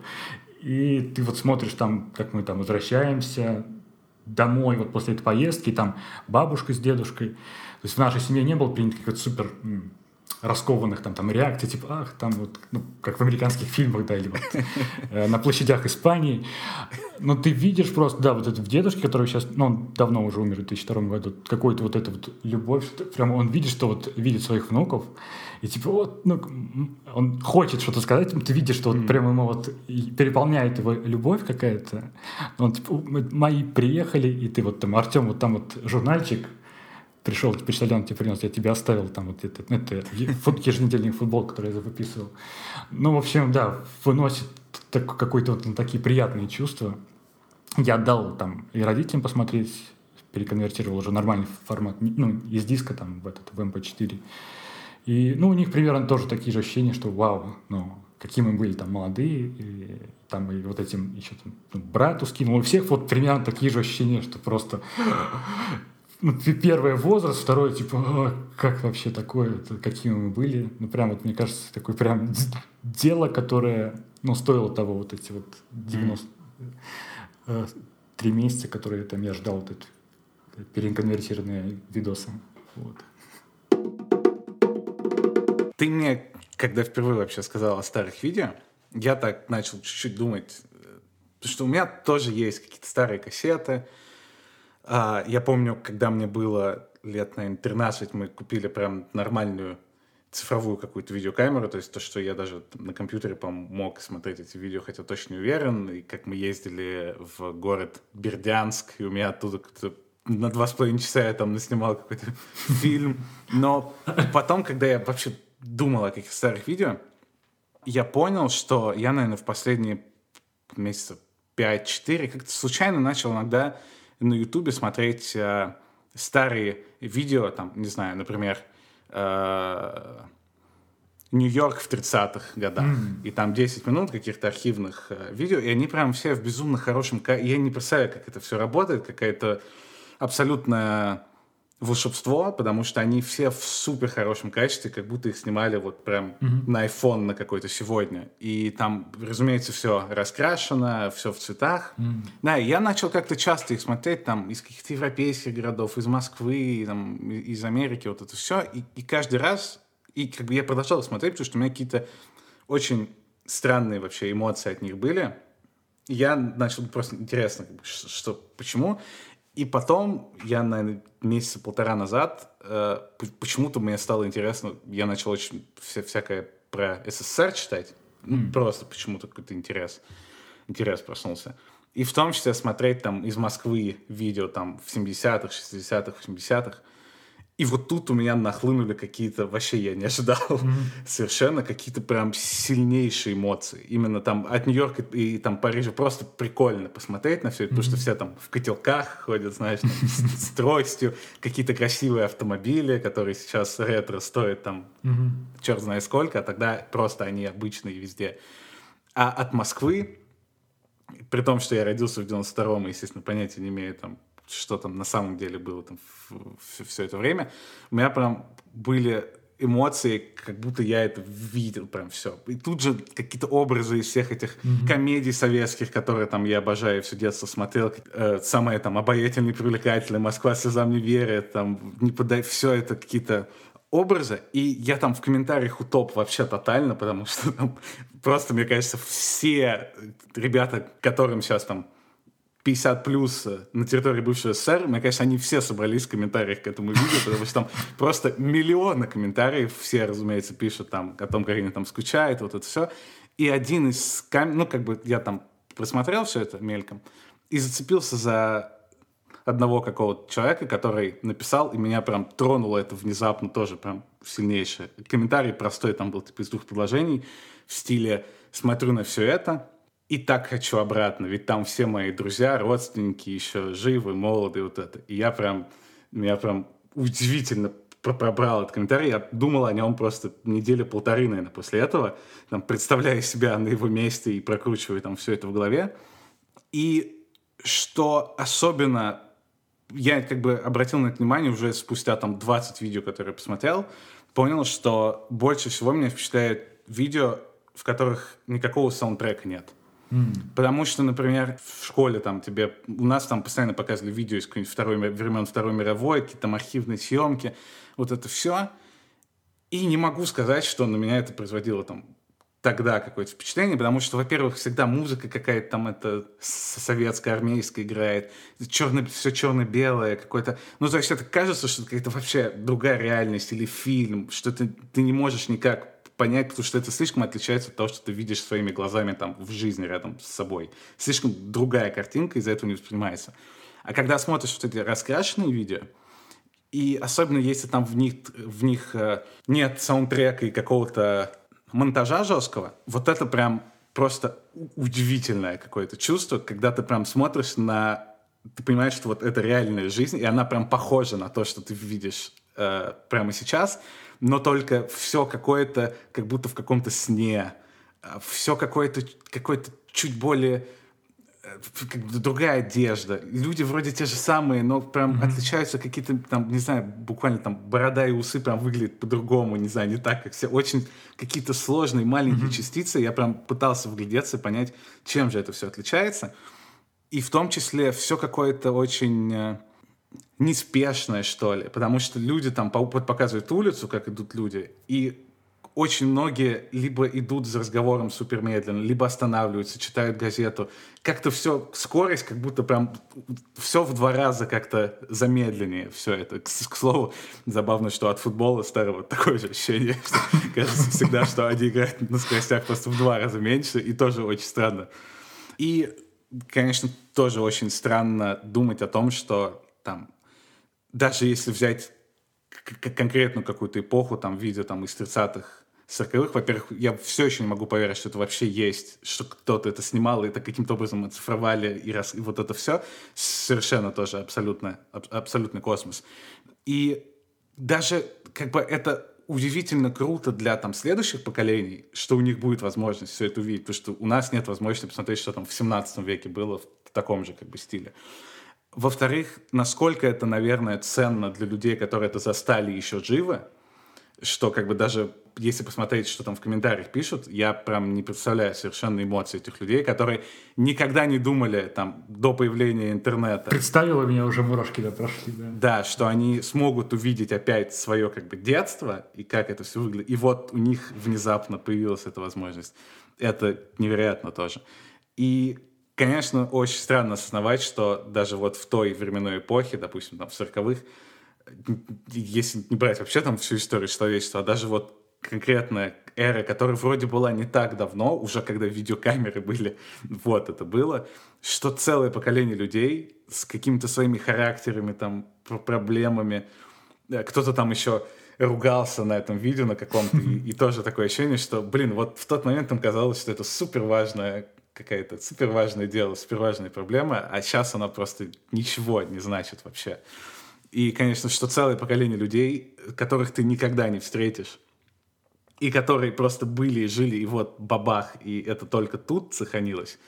И ты вот смотришь там, как мы там возвращаемся домой вот после этой поездки, там бабушка с дедушкой. То есть в нашей семье не было принято какой-то супер м, раскованных там, там реакций, типа, ах, там вот, ну, как в американских фильмах, да, или вот э, на площадях Испании. Но ты видишь просто, да, вот это в дедушке, который сейчас, ну, он давно уже умер в две тысячи втором году, какую-то вот эту вот любовь, прямо он видит, что вот видит своих внуков, и типа вот, ну, он хочет что-то сказать, ты видишь, что вот mm. прямо ему вот переполняет его любовь какая-то. Он типа, мои приехали, и ты вот там, Артем, вот там вот журнальчик, пришел, почтальон тебе принес, я тебе оставил там вот это, это фут, еженедельный футбол, который я выписывал. Ну, в общем, да, выносит так, какое-то вот такие приятные чувства. Я отдал там и родителям посмотреть, переконвертировал уже нормальный формат, ну, из диска там в этот, в эм пэ четыре. И, ну, у них примерно тоже такие же ощущения, что вау, ну, какие мы были там молодые, и, там и вот этим еще там, ну, брату скинул. У всех вот примерно такие же ощущения, что просто... Ну, первый возраст, второй, типа, как вообще такое, какими мы были. Ну, прям вот, мне кажется, такое прям дело, которое, ну, стоило того, вот эти вот девяносто три месяца, которые там я ждал вот эти переконвертированные видосы. Вот. Ты мне, когда впервые вообще сказал о старых видео, я так начал чуть-чуть думать, потому что у меня тоже есть какие-то старые кассеты. Uh, я помню, когда мне было лет, наверное, тринадцать, мы купили прям нормальную цифровую какую-то видеокамеру, то есть то, что я даже на компьютере, по-моему, мог смотреть эти видео, хотя точно не уверен, и как мы ездили в город Бердянск, и у меня оттуда как-то на два с половиной часа я там наснимал какой-то фильм. Но потом, когда я вообще думал о каких-то старых видео, я понял, что я, наверное, в последние месяцев пять-четыре как-то случайно начал иногда на Ютубе смотреть э, старые видео, там, не знаю, например, э, Нью-Йорк в тридцатых годах, mm. и там десять минут каких-то архивных э, видео, и они прям все в безумно хорошем качестве. Я не представляю, как это все работает, какая-то абсолютная волшебство, потому что они все в супер хорошем качестве, как будто их снимали вот прям mm-hmm. на iPhone на какой-то сегодня. И там, разумеется, все раскрашено, все в цветах. Mm-hmm. Да, и я начал как-то часто их смотреть там из каких-то европейских городов, из Москвы, там, из Америки, вот это все. И, и каждый раз, и как бы я продолжал смотреть, потому что у меня какие-то очень странные вообще эмоции от них были. И я начал просто интересно, что, почему. И потом я, наверное, месяца полтора назад э, почему-то мне стало интересно, я начал очень вся, всякое про СССР читать, ну, mm. просто почему-то какой-то интерес, интерес проснулся. И в том числе смотреть там из Москвы видео там в семидесятых, шестидесятых, восьмидесятых. И вот тут у меня нахлынули какие-то, вообще я не ожидал, mm-hmm. совершенно какие-то прям сильнейшие эмоции. Именно там от Нью-Йорка и, и там Парижа просто прикольно посмотреть на все это, mm-hmm. потому что все там в котелках ходят, знаешь, там, с, с тростью, какие-то красивые автомобили, которые сейчас ретро стоят там mm-hmm. черт знает сколько, а тогда просто они обычные везде. А от Москвы, при том, что я родился в девяносто втором и, естественно, понятия не имею там, что там на самом деле было там все, все это время, у меня прям были эмоции, как будто я это видел прям все. И тут же какие-то образы из всех этих mm-hmm. комедий советских, которые там я обожаю, все детство смотрел. Э, самое там обаятельное, привлекательное, «Москва слезам не верит», там, не подай, все это какие-то образы. И я там в комментариях утоп вообще тотально, потому что там просто, мне кажется, все ребята, которым сейчас там пятьдесят плюс на территории бывшего СССР, мне кажется, они все собрались в комментариях к этому видео, потому что там просто миллионы комментариев, все, разумеется, пишут там о том, как они там скучают, вот это все. И один из, кам... ну, как бы я там просмотрел все это мельком и зацепился за одного какого-то человека, который написал, и меня прям тронуло это внезапно тоже прям сильнейшее. Комментарий простой, там был типа из двух предложений в стиле «смотрю на все это, и так хочу обратно, ведь там все мои друзья, родственники еще живы, молоды, вот это». И я прям, меня прям удивительно пробрал этот комментарий. Я думал о нем просто недели полторы, наверное, после этого, там, представляя себя на его месте и прокручивая там все это в голове. И что особенно я как бы обратил на это внимание уже спустя там двадцать видео, которые я посмотрел, понял, что больше всего меня впечатляет видео, в которых никакого саундтрека нет. Mm. Потому что, например, в школе там тебе... У нас там постоянно показывали видео из второй, времен Второй мировой, какие-то там архивные съемки, вот это все. И не могу сказать, что на меня это производило там тогда какое-то впечатление, потому что, во-первых, всегда музыка какая-то там это советская, армейская играет, черно, все черно-белое какое-то... Ну, то есть это кажется, что это какая-то вообще другая реальность или фильм, что ты, ты не можешь никак понять, потому что это слишком отличается от того, что ты видишь своими глазами там в жизни рядом с собой. Слишком другая картинка, из-за этого не воспринимается. А когда смотришь вот эти раскрашенные видео, и особенно если там в них, в них э, нет саундтрека и какого-то монтажа жесткого, вот это прям просто удивительное какое-то чувство, когда ты прям смотришь на... Ты понимаешь, что вот это реальная жизнь, и она прям похожа на то, что ты видишь э, прямо сейчас, но только все какое-то, как будто в каком-то сне. Все какое-то, какое-то чуть более... Как бы другая одежда. Люди вроде те же самые, но прям mm-hmm. отличаются какие-то там, не знаю, буквально там борода и усы прям выглядят по-другому, не знаю, не так, как все. Очень какие-то сложные маленькие mm-hmm. частицы. Я прям пытался вглядеться, понять, чем же это все отличается. И в том числе все какое-то очень э, неспешное, что ли. Потому что люди там показывают улицу, как идут люди, и очень многие либо идут за разговором супер медленно, либо останавливаются, читают газету. Как-то все, скорость, как будто прям все в два раза как-то замедленнее все это. К, к слову, забавно, что от футбола старого такое же ощущение. Что, кажется всегда, что они играют на скоростях просто в два раза меньше, и тоже очень странно. И, конечно, тоже очень странно думать о том, что там, даже если взять конкретную какую-то эпоху, там, видео там, из тридцатых, сороковых, во-первых, я все еще не могу поверить, что это вообще есть, что кто-то это снимал, и это каким-то образом оцифровали, и, раз, и вот это все совершенно тоже абсолютно, аб, абсолютный космос. И даже как бы это удивительно круто для там следующих поколений, что у них будет возможность все это увидеть, потому что у нас нет возможности посмотреть, что там в семнадцатом веке было в таком же как бы стиле. Во-вторых, насколько это, наверное, ценно для людей, которые это застали еще живы, что как бы даже если посмотреть, что там в комментариях пишут, я прям не представляю совершенно эмоции этих людей, которые никогда не думали там до появления интернета. Представила, меня уже мурашки да прошли. Да. Да, что они смогут увидеть опять свое как бы детство и как это все выглядит. И вот у них внезапно появилась эта возможность. Это невероятно тоже. И, конечно, очень странно осознавать, что даже вот в той временной эпохе, допустим, там в сороковых, если не брать вообще там всю историю человечества, а даже вот конкретная эра, которая вроде была не так давно, уже когда видеокамеры были, вот это было, что целое поколение людей с какими-то своими характерами, там, проблемами, кто-то там еще ругался на этом видео на каком-то, и, и тоже такое ощущение, что, блин, вот в тот момент им казалось, что это супер важная какая-то супер важное дело, супер важная проблема, а сейчас она просто ничего не значит вообще. И, конечно, что целое поколение людей, которых ты никогда не встретишь, и которые просто были и жили, и вот бабах, и это только тут сохранилось,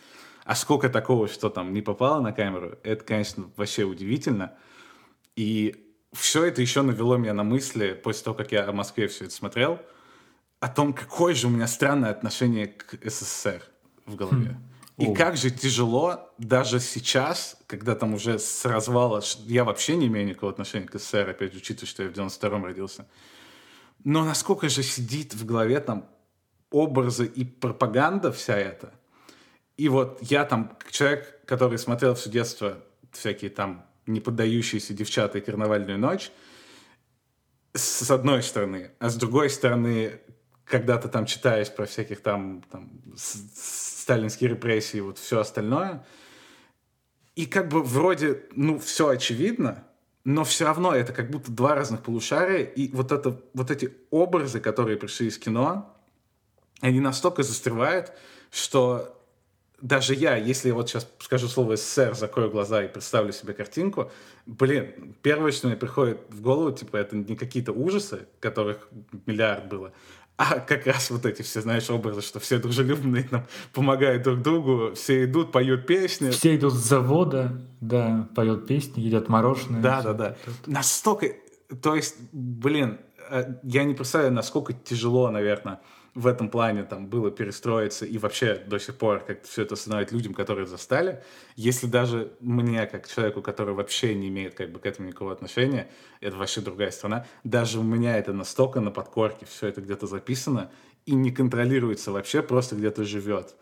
А сколько такого, что там не попало на камеру, это, конечно, вообще удивительно. И все это еще навело меня на мысли, после того, как я о Москве все это смотрел, о том, какое же у меня странное отношение к СССР в голове. И О. как же тяжело даже сейчас, когда там уже с развала... Я вообще не имею никакого отношения к СССР, опять учитывая, что я в девяносто втором родился. Но насколько же сидит в голове там образы и пропаганда вся эта. И вот я там, как человек, который смотрел все детство всякие там неподдающиеся девчата и карнавальную ночь, с одной стороны. А с другой стороны, когда-то там читаешь про всяких там, там сталинские репрессии и вот все остальное, и как бы вроде, ну, все очевидно, но все равно это как будто два разных полушария, и вот, это, вот эти образы, которые пришли из кино, они настолько застревают, что даже я, если я вот сейчас скажу слово СССР, закрою глаза и представлю себе картинку, блин, первое, что мне приходит в голову, типа, это не какие-то ужасы, которых миллиард было, а как раз вот эти все, знаешь, образы, что все дружелюбные, там, помогают друг другу, все идут, поют песни. Все идут с завода, да, поют песни, едят мороженое. Да, да, да. Настолько, то есть, блин, я не представляю, насколько тяжело, наверное, в этом плане там было перестроиться и вообще до сих пор как все это осознавать людям, которые застали. Если даже мне, как человеку, который вообще не имеет как бы к этому никакого отношения, это вообще другая страна, даже у меня это настолько на подкорке, все это где-то записано и не контролируется вообще, просто где-то живет.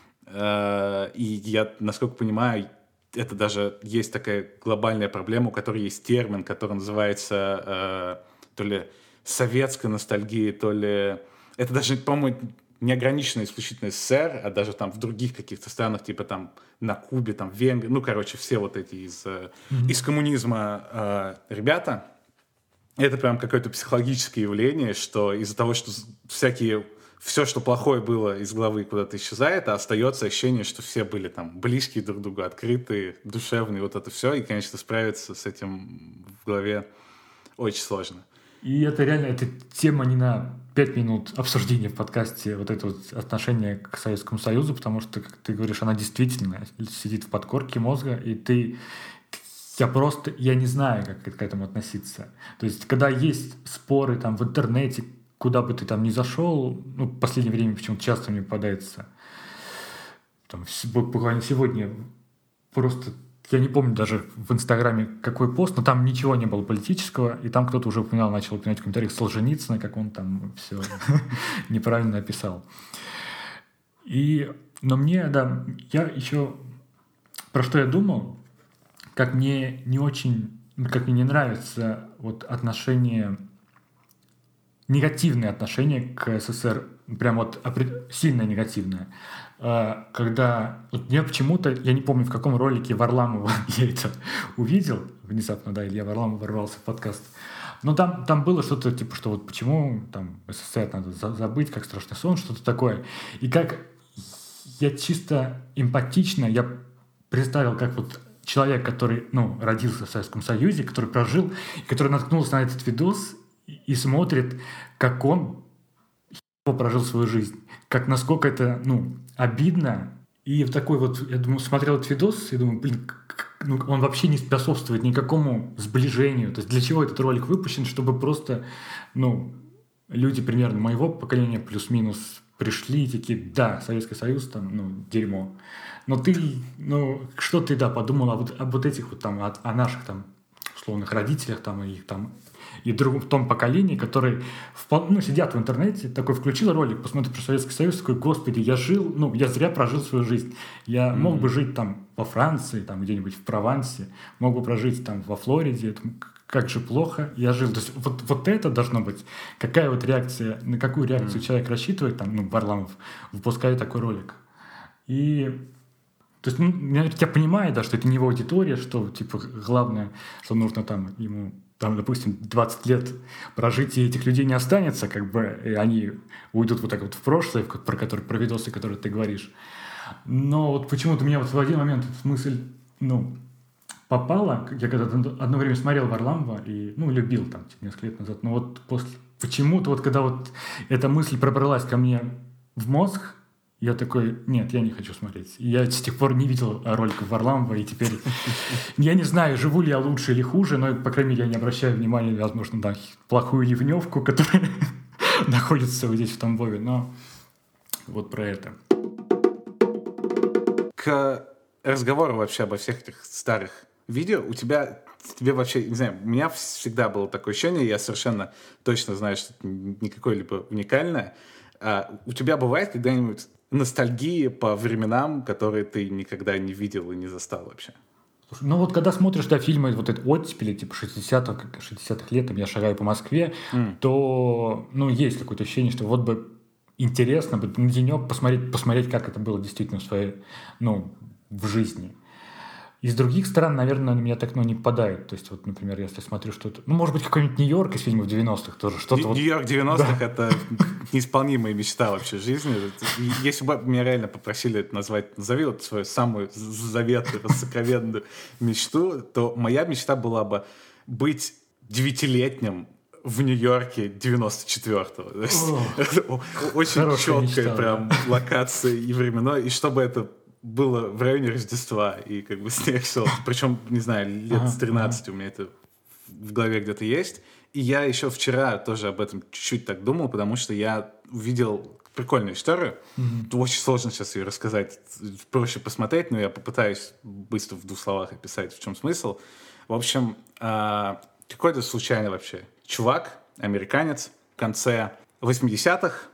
И я, насколько понимаю, это даже есть такая глобальная проблема, у которой есть термин, который называется то ли советская ностальгия, то ли... Это даже, по-моему, не ограничено исключительно СССР, а даже там в других каких-то странах, типа там на Кубе, там в Венгрии, ну, короче, все вот эти из, mm-hmm. из коммунизма э, ребята, это прям какое-то психологическое явление, что из-за того, что всякие, все, что плохое было из головы куда-то исчезает, а остается ощущение, что все были там близкие друг к другу, открытые, душевные, вот это все, и, конечно, справиться с этим в голове очень сложно. И это реально, эта тема не на пять минут обсуждения в подкасте, вот это вот отношение к Советскому Союзу, потому что, как ты говоришь, она действительно сидит в подкорке мозга, и ты... Я просто... Я не знаю, как к этому относиться. То есть, когда есть споры там в интернете, куда бы ты там ни зашел, ну, в последнее время почему-то часто мне попадается, там, буквально сегодня просто... Я не помню даже в Инстаграме какой пост, но там ничего не было политического, и там кто-то уже упоминал, начал упоминать в комментариях Солженицына, как он там все неправильно описал. И, но мне, да, я еще... Про что я думал, как мне не очень... Как мне не нравится вот отношение... Негативное отношение к СССР, прям вот сильно негативное. Когда вот я почему-то, я не помню, в каком ролике Варламова я это увидел, внезапно, да, Илья Варламов ворвался в подкаст, но там, там было что-то типа, что вот почему там СССР надо забыть, как страшный сон, что-то такое. И как я чисто эмпатично, я представил, как вот человек, который, ну, родился в Советском Союзе, который прожил, который наткнулся на этот видос и смотрит, как он прожил свою жизнь, как насколько это, ну, обидно. И в такой вот, я думаю, смотрел этот видос и думаю, блин, ну, он вообще не способствует никакому сближению. То есть для чего этот ролик выпущен? Чтобы просто, ну, люди примерно моего поколения плюс-минус пришли и такие, да, Советский Союз, там, ну, дерьмо. Но ты, ну, что ты, да, подумал об, об вот этих вот там, о, о наших там условных родителях там и их там и другом, в том поколении, которые в, ну, сидят в интернете, такой включил ролик, посмотрел про Советский Союз, такой, господи, я жил, ну, я зря прожил свою жизнь. Я mm-hmm. мог бы жить там во Франции, там где-нибудь в Провансе, мог бы прожить там во Флориде, как же плохо я жил. То есть вот, вот это должно быть. Какая вот реакция, на какую реакцию mm-hmm. человек рассчитывает, там, ну, Варламов, выпуская такой ролик. И то есть, ну, я понимаю, да, что это не его аудитория, что, типа, главное, что нужно там ему, там, допустим, двадцать лет прожить, и этих людей не останется, как бы, и они уйдут вот так вот в прошлое, про который, про видосы, которые ты говоришь. Но вот почему-то меня вот в один момент мысль, ну, попала, я когда-то одно время смотрел Варламова и, ну, любил там, типа, несколько лет назад, но вот после, почему-то вот когда вот эта мысль пробралась ко мне в мозг, Я такой, нет, я не хочу смотреть. Я с тех пор не видел роликов Варламова, и теперь я не знаю, живу ли я лучше или хуже, но, по крайней мере, я не обращаю внимания, возможно, на плохую ливневку, которая находится здесь в Тамбове, но вот про это. К разговору вообще обо всех этих старых видео у тебя, тебе вообще, не знаю, у меня всегда было такое ощущение, я совершенно точно знаю, что это не какое-либо уникальное. А у тебя бывает когда-нибудь ностальгия по временам, которые ты никогда не видел и не застал вообще? Слушай, ну вот когда смотришь, да, фильмы вот это оттепели, типа шестидесятых, шестидесятых лет, там, я шагаю по Москве, mm. то, ну, есть какое-то ощущение, что вот бы интересно бы на денек посмотреть, посмотреть, как это было действительно в своей, ну, в жизни. Из других стран, наверное, на меня так, ну, не попадает. То есть, вот, например, если смотрю что-то... Ну, может быть, какой-нибудь Нью-Йорк из фильмов девяностых тоже. Что-то Нью-Йорк вот... девяностых — да. Это неисполнимая мечта вообще жизни. Если бы меня реально попросили это назвать, назови вот свою самую заветную, сокровенную мечту, то моя мечта была бы быть девятилетним в Нью-Йорке девяносто четвёртого. Очень четкая прям локация и времена. И чтобы это было в районе Рождества, и как бы снег шел. Причем, не знаю, лет ага, с тринадцати ага. у меня это в голове где-то есть. И я еще вчера тоже об этом чуть-чуть так думал, потому что я увидел прикольную историю. Mm-hmm. Очень сложно сейчас ее рассказать. Проще посмотреть, но я попытаюсь быстро в двух словах описать, в чем смысл. В общем, какой-то случайный вообще чувак, американец, в конце восьмидесятых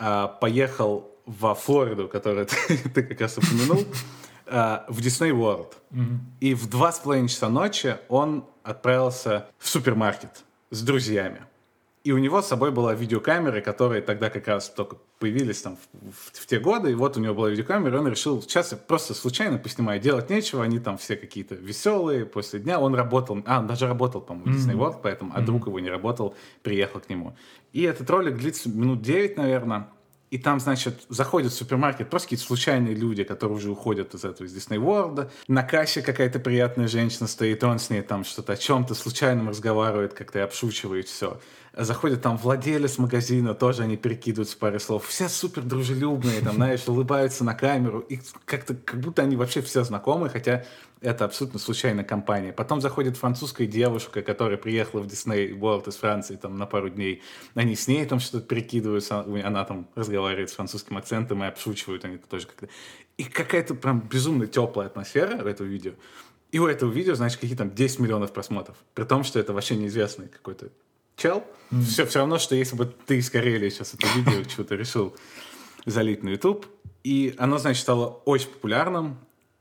поехал во Флориду, которую ты, ты как раз упомянул, uh, в Disney World. Mm-hmm. И в два с половиной часа ночи он отправился в супермаркет с друзьями. И у него с собой была видеокамера, которые тогда как раз только появились там в, в, в те годы. И вот у него была видеокамера, и он решил, сейчас я просто случайно поснимаю, делать нечего, они там все какие-то веселые после дня. Он работал, а, он даже работал, по-моему, в Disney World, mm-hmm. поэтому, а друг его не работал, приехал к нему. И этот ролик длится минут девять, наверное. И там, значит, заходят в супермаркет просто какие-то случайные люди, которые уже уходят из этого, из Disney World. На кассе какая-то приятная женщина стоит, он с ней там что-то о чем-то случайном разговаривает, как-то обшучивает все. Заходит там владелец магазина, тоже они перекидываются парой слов. Все супер дружелюбные, там, знаешь, улыбаются на камеру. И как-то, как будто они вообще все знакомы, хотя это абсолютно случайная компания. Потом заходит французская девушка, которая приехала в Disney World из Франции там на пару дней. Они с ней там что-то перекидываются, она там разговаривает с французским акцентом и обшучивают они тоже как-то. И какая-то прям безумно теплая атмосфера в этом видео. И у этого видео, значит, какие-то там десять миллионов просмотров. При том, что это вообще неизвестный какой-то чел. Mm. Все, все равно, что если бы ты из Карелии сейчас это видео чего-то решил залить на YouTube. И оно, значит, стало очень популярным.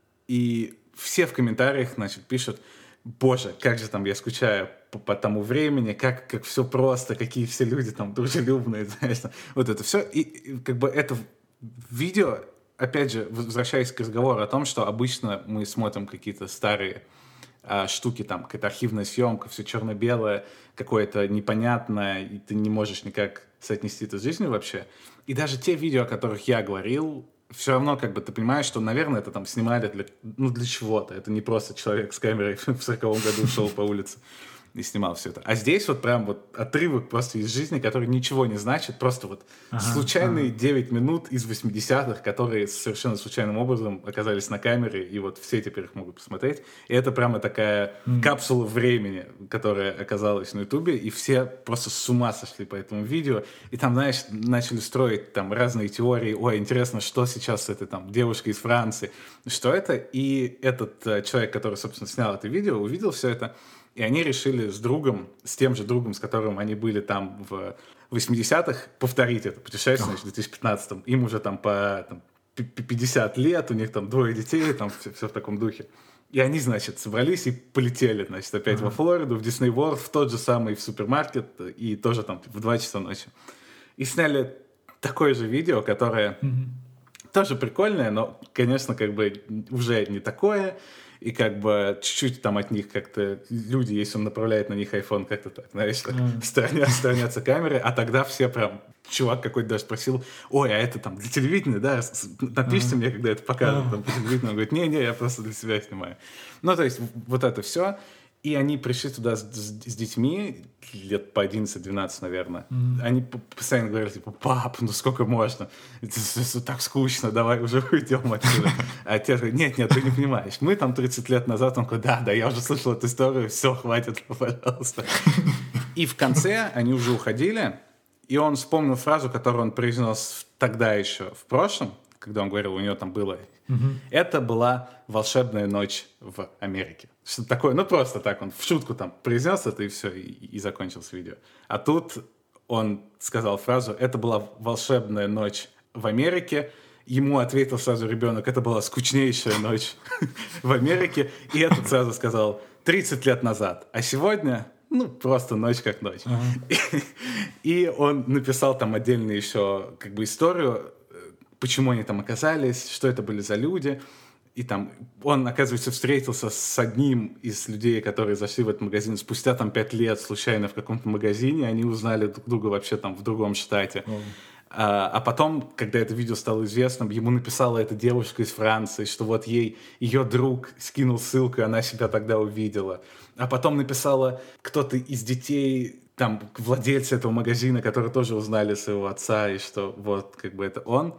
И все в комментариях, значит, пишут: боже, как же там я скучаю по, по тому времени, как, как все просто, какие все люди там дружелюбные, знаешь, вот это все. И, и как бы это видео, опять же, возвращаясь к разговору о том, что обычно мы смотрим какие-то старые а, штуки, там, какая-то архивная съемка, все черно-белое, какое-то непонятное, и ты не можешь никак соотнести это с жизнью вообще. И даже те видео, о которых я говорил, все равно, как бы, ты понимаешь, что, наверное, это там снимали для, ну, для чего-то. Это не просто человек с камерой в сороковом году шел по улице и снимал все это. А здесь вот прям вот отрывок просто из жизни, который ничего не значит, просто вот ага, случайные ага. девять минут из восьмидесятых, которые совершенно случайным образом оказались на камере, и вот все теперь их могут посмотреть. И это прямо такая mm. капсула времени, которая оказалась на Ютубе, и все просто с ума сошли по этому видео. И там, знаешь, начали строить там разные теории. Ой, интересно, что сейчас с этой там девушкой из Франции, что это? И этот э, человек, который, собственно, снял это видео, увидел все это. И они решили с другом, с тем же другом, с которым они были там в восьмидесятых, повторить это путешествие, значит, в две тысячи пятнадцатом. Им уже там по там, пятьдесят лет, у них там двое детей, там все, все в таком духе. И они, значит, собрались и полетели, значит, опять uh-huh. во Флориду, в Disney World, в тот же самый в супермаркет, и тоже там в два часа ночи. И сняли такое же видео, которое uh-huh. тоже прикольное, но, конечно, как бы уже не такое. И как бы чуть-чуть там от них как-то люди, если он направляет на них iPhone, как-то так, знаешь, так, mm. сторонятся, сторонятся камеры, а тогда все прям, чувак какой-то даже спросил: ой, а это там для телевидения, да, напишите mm. мне, когда это покажут, mm. там по телевидению. Он говорит: не-не, я просто для себя снимаю. Ну, то есть вот это все. И они пришли туда с, с, с детьми, лет по одиннадцать-двенадцать, наверное. Mm-hmm. Они постоянно говорили, типа, пап, ну сколько можно? Это, это, это так скучно, давай уже уйдем отсюда. А отец говорит, нет, нет, ты не понимаешь. Мы там тридцать лет назад, он говорит, да, да, я уже слышал эту историю, все, хватит, пожалуйста. И в конце они уже уходили, и он вспомнил фразу, которую он произнес тогда еще, в прошлом, когда он говорил, у него там было... Mm-hmm. Это была волшебная ночь в Америке. Что-то такое, ну просто так он в шутку там произнес это, и все, и, и закончилось видео. А тут он сказал фразу, это была волшебная ночь в Америке. Ему ответил сразу ребенок, это была скучнейшая ночь в Америке. И этот сразу сказал, тридцать лет назад. А сегодня, ну, просто ночь как ночь. Uh-huh. И, и он написал там отдельно еще как бы историю, почему они там оказались, что это были за люди. И там он, оказывается, встретился с одним из людей, которые зашли в этот магазин спустя там пять лет случайно в каком-то магазине. Они узнали друг друга вообще там в другом штате. Mm. А, а потом, когда это видео стало известным, ему написала эта девушка из Франции, что вот ей ее друг скинул ссылку, и она себя тогда увидела. А потом написала кто-то из детей, там, владельцы этого магазина, которые тоже узнали своего отца, и что вот как бы это он.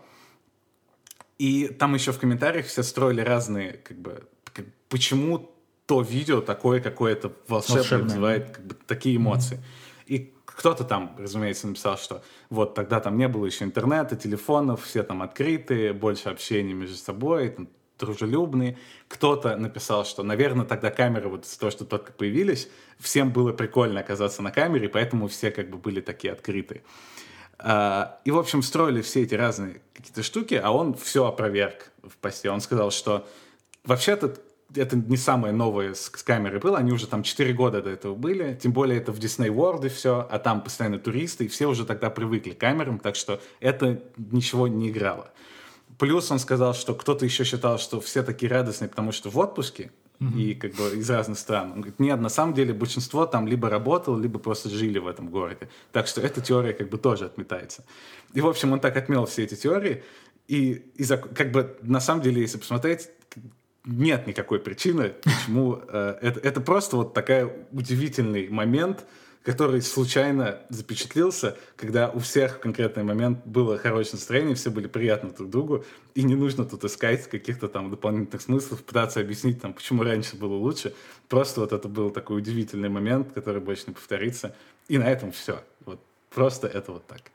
И там еще в комментариях все строили разные, как бы, как, почему то видео такое какое-то волшебное, волшебное. Вызывает как бы, такие эмоции. Mm-hmm. И кто-то там, разумеется, написал, что вот тогда там не было еще интернета, телефонов, все там открытые, больше общения между собой, там, дружелюбные. Кто-то написал, что, наверное, тогда камеры, вот из-за того, что только появились, всем было прикольно оказаться на камере, поэтому все как бы были такие открытые. Uh, и, в общем, строили все эти разные какие-то штуки, а он все опроверг в посте. Он сказал, что вообще-то это не самое новое с, с камерой было, они уже там четыре года до этого были, тем более это в Disney World и все, а там постоянно туристы, и все уже тогда привыкли к камерам, так что это ничего не играло. Плюс он сказал, что кто-то еще считал, что все такие радостные, потому что в отпуске, Mm-hmm. и как бы из разных стран. Он говорит, нет, на самом деле большинство там либо работало, либо просто жили в этом городе. Так что эта теория как бы тоже отметается. И, в общем, он так отмел все эти теории. И, и как бы на самом деле, если посмотреть, нет никакой причины, почему э, это, это просто вот такой удивительный момент, который случайно запечатлился, когда у всех в конкретный момент было хорошее настроение, все были приятны друг другу, и не нужно тут искать каких-то там дополнительных смыслов, пытаться объяснить, там, почему раньше было лучше. Просто вот это был такой удивительный момент, который больше не повторится. И на этом все. Вот просто это вот так.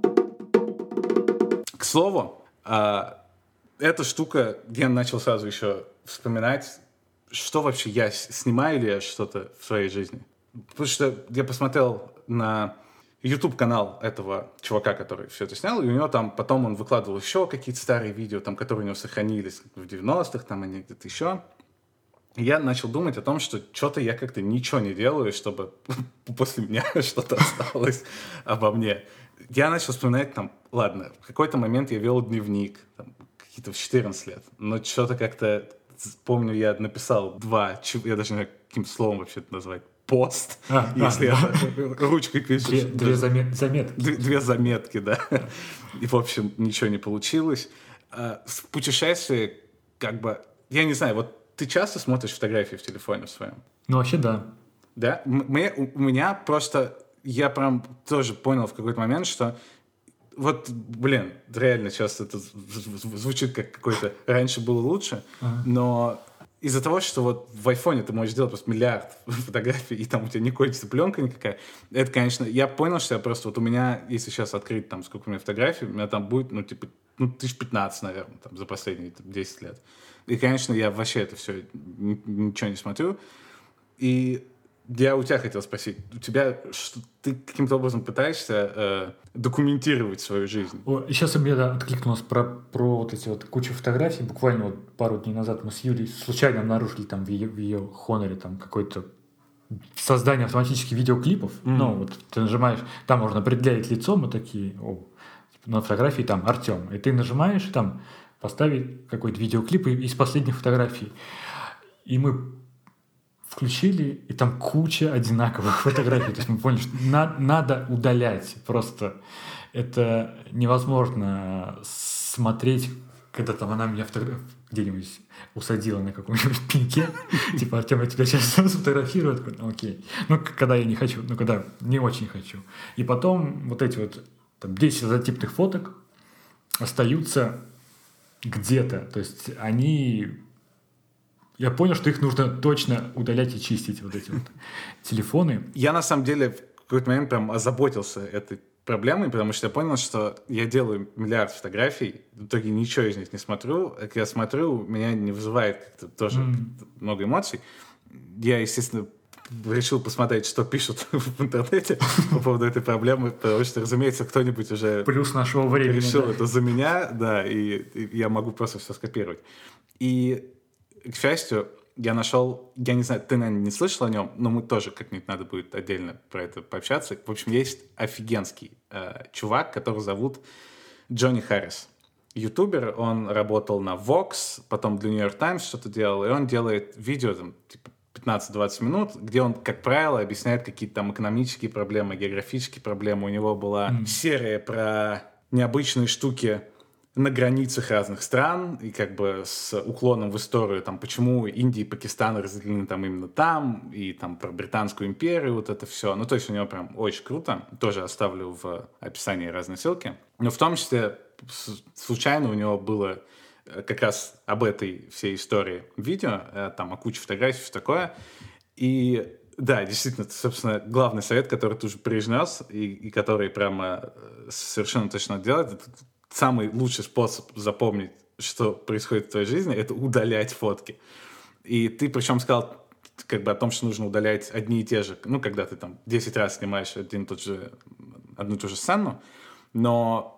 К слову, а, эта штука, я начал сразу еще вспоминать, что вообще я снимаю ли я что-то в своей жизни. Потому что я посмотрел на YouTube-канал этого чувака, который все это снял, и у него там потом он выкладывал еще какие-то старые видео, там, которые у него сохранились в девяностых, там они где-то еще. И я начал думать о том, что что-то я как-то ничего не делаю, чтобы после меня что-то осталось обо мне. Я начал вспоминать там, ладно, в какой-то момент я вел дневник, там, какие-то в четырнадцать лет, но что-то как-то, помню, я написал два, я даже не знаю, каким словом вообще это назвать, пост, а, если а, я да. ручкой пишу. Две, две замет, заметки. Две, две заметки, да. И, в общем, ничего не получилось. В путешествии, как бы, я не знаю, вот ты часто смотришь фотографии в телефоне в своем? Ну, вообще, да. Да? Мне, у меня просто, я прям тоже понял в какой-то момент, что вот, блин, реально сейчас это звучит как какой-то... Раньше было лучше, ага. но... Из-за того, что вот в айфоне ты можешь делать просто миллиард фотографий, и там у тебя не кончится пленка никакая, это, конечно, я понял, что я просто, вот у меня, если сейчас открыть там, сколько у меня фотографий, у меня там будет, ну, типа, ну, тысяч пятнадцать, наверное, там, за последние там, десять лет. И, конечно, я вообще это все ничего не смотрю. И я у тебя хотел спросить, у тебя, что, ты каким-то образом пытаешься э, документировать свою жизнь? О, сейчас у меня да, откликнулось про, про вот эти вот кучу фотографий. Буквально вот пару дней назад мы с Юлей случайно обнаружили там в ее, в ее Хоноре там какое-то создание автоматических видеоклипов. Mm-hmm. Ну, вот ты нажимаешь, там можно определять лицо, мы такие, о, на фотографии там Артем. И ты нажимаешь, там поставить какой-то видеоклип из последних фотографий. И мы включили, и там куча одинаковых фотографий. То есть мы поняли, что на, надо удалять. Просто это невозможно смотреть когда там она меня фотограф... где-нибудь усадила на каком-нибудь пеньке, типа, Артем, я тебя сейчас сфотографирую, такой, ну, окей. Ну, когда я не хочу, ну, когда не очень хочу. И потом вот эти вот там, десять однотипных фоток остаются где-то. То есть они... Я понял, что их нужно точно удалять и чистить, вот эти вот телефоны. Я, на самом деле, в какой-то момент прям озаботился этой проблемой, потому что я понял, что я делаю миллиард фотографий, в итоге ничего из них не смотрю. Как я смотрю, меня не вызывает как-то тоже mm. много эмоций. Я, естественно, решил посмотреть, что пишут в интернете по поводу этой проблемы, потому что, разумеется, кто-нибудь уже плюс нашего времени, решил да. это за меня, да, и, и я могу просто все скопировать. И, к счастью, я нашел, я не знаю, ты, наверное, не слышал о нем, но мы тоже как-нибудь надо будет отдельно про это пообщаться. В общем, есть офигенский э, чувак, которого зовут Джонни Харрис. Ютубер, он работал на Vox, потом для New York Times что-то делал, и он делает видео, там, типа, пятнадцать-двадцать минут, где он, как правило, объясняет какие-то там экономические проблемы, географические проблемы. У него была mm. серия про необычные штуки на границах разных стран, и как бы с уклоном в историю, там, почему Индия и Пакистан разделены там именно там, и там про Британскую империю, вот это все. Ну, то есть у него прям очень круто. Тоже оставлю в описании разные ссылки. Но в том числе случайно у него было как раз об этой всей истории видео, там, о куче фотографий, все такое. И да, действительно, это, собственно, главный совет, который ты уже произнес, и, и который прямо совершенно точно делает, это самый лучший способ запомнить, что происходит в твоей жизни, это удалять фотки. И ты причем сказал как бы о том, что нужно удалять одни и те же, ну, когда ты там десять раз снимаешь один и тот же, одну и ту же сцену, но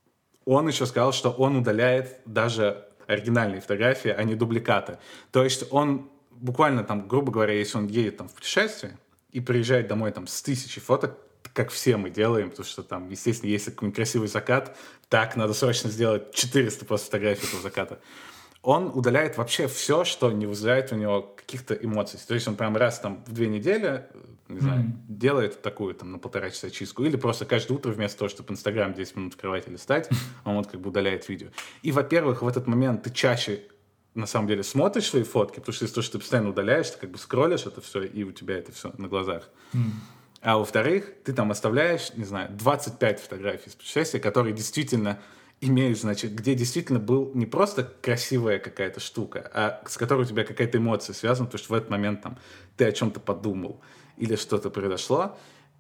он еще сказал, что он удаляет даже оригинальные фотографии, а не дубликаты. То есть он буквально там, грубо говоря, если он едет там в путешествие и приезжает домой там с тысячей фоток, как все мы делаем, потому что там, естественно, если какой-нибудь красивый закат, так, надо срочно сделать четыреста просто фотографий этого заката. Он удаляет вообще все, что не вызывает у него каких-то эмоций. То есть он прям раз там в две недели, не знаю, mm-hmm. делает такую там на полтора часа чистку, или просто каждое утро вместо того, чтобы Инстаграм десять минут открывать или листать, он вот как бы удаляет видео. И, во-первых, в этот момент ты чаще на самом деле смотришь свои фотки, потому что из-за того, что ты постоянно удаляешь, ты как бы скроллишь это все, и у тебя это все на глазах. Mm. А во-вторых, ты там оставляешь, не знаю, двадцать пять фотографий с путешествия, которые действительно имеют, значит, где действительно был не просто красивая какая-то штука, а с которой у тебя какая-то эмоция связана, потому что в этот момент там ты о чем-то подумал или что-то произошло.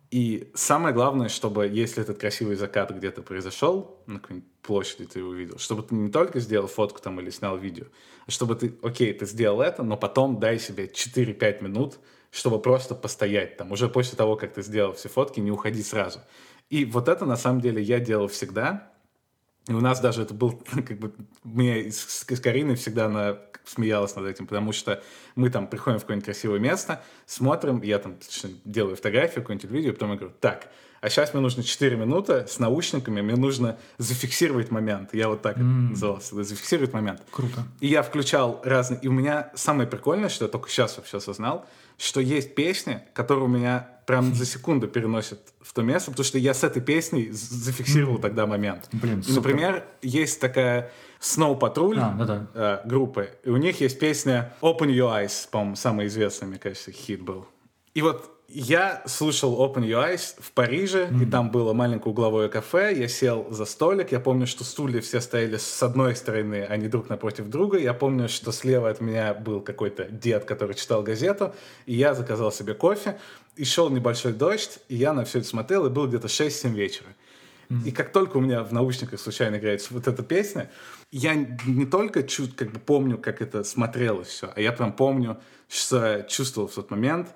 И самое главное, чтобы, если этот красивый закат где-то произошел, на какой-нибудь площади ты его увидел, чтобы ты не только сделал фотку там или снял видео, а чтобы ты, окей, ты сделал это, но потом дай себе четыре-пять минут, чтобы просто постоять там, уже после того, как ты сделал все фотки, не уходи сразу. И вот это, на самом деле, я делал всегда. И у нас даже это был, как бы, мне с, с Кариной всегда она смеялась над этим, потому что мы там приходим в какое-нибудь красивое место, смотрим, я там делаю фотографию, какое-нибудь видео, потом я говорю, так, а сейчас мне нужно четыре минуты с наушниками, мне нужно зафиксировать момент. Я вот так mm. это называл всегда, зафиксировать момент. Круто. И я включал разные... И у меня самое прикольное, что я только сейчас вообще осознал, что есть песни, которые у меня прям за секунду переносят в то место, потому что я с этой песней зафиксировал mm. тогда момент. Блин, и, например, есть такая Snow Patrol а, ну да. э, группа, и у них есть песня Open Your Eyes, по-моему, самый известный, мне кажется, хит был. И вот я слушал Open Your Eyes в Париже, mm-hmm. и там было маленькое угловое кафе, я сел за столик, я помню, что стулья все стояли с одной стороны, а не друг напротив друга, я помню, что слева от меня был какой-то дед, который читал газету, и я заказал себе кофе, и шел небольшой дождь, и я на все это смотрел, и было где-то шесть-семь вечера. Mm-hmm. И как только у меня в наушниках случайно играет вот эта песня, я не только чуть, как бы помню, как это смотрелось все, а я прям помню, что я чувствовал в тот момент,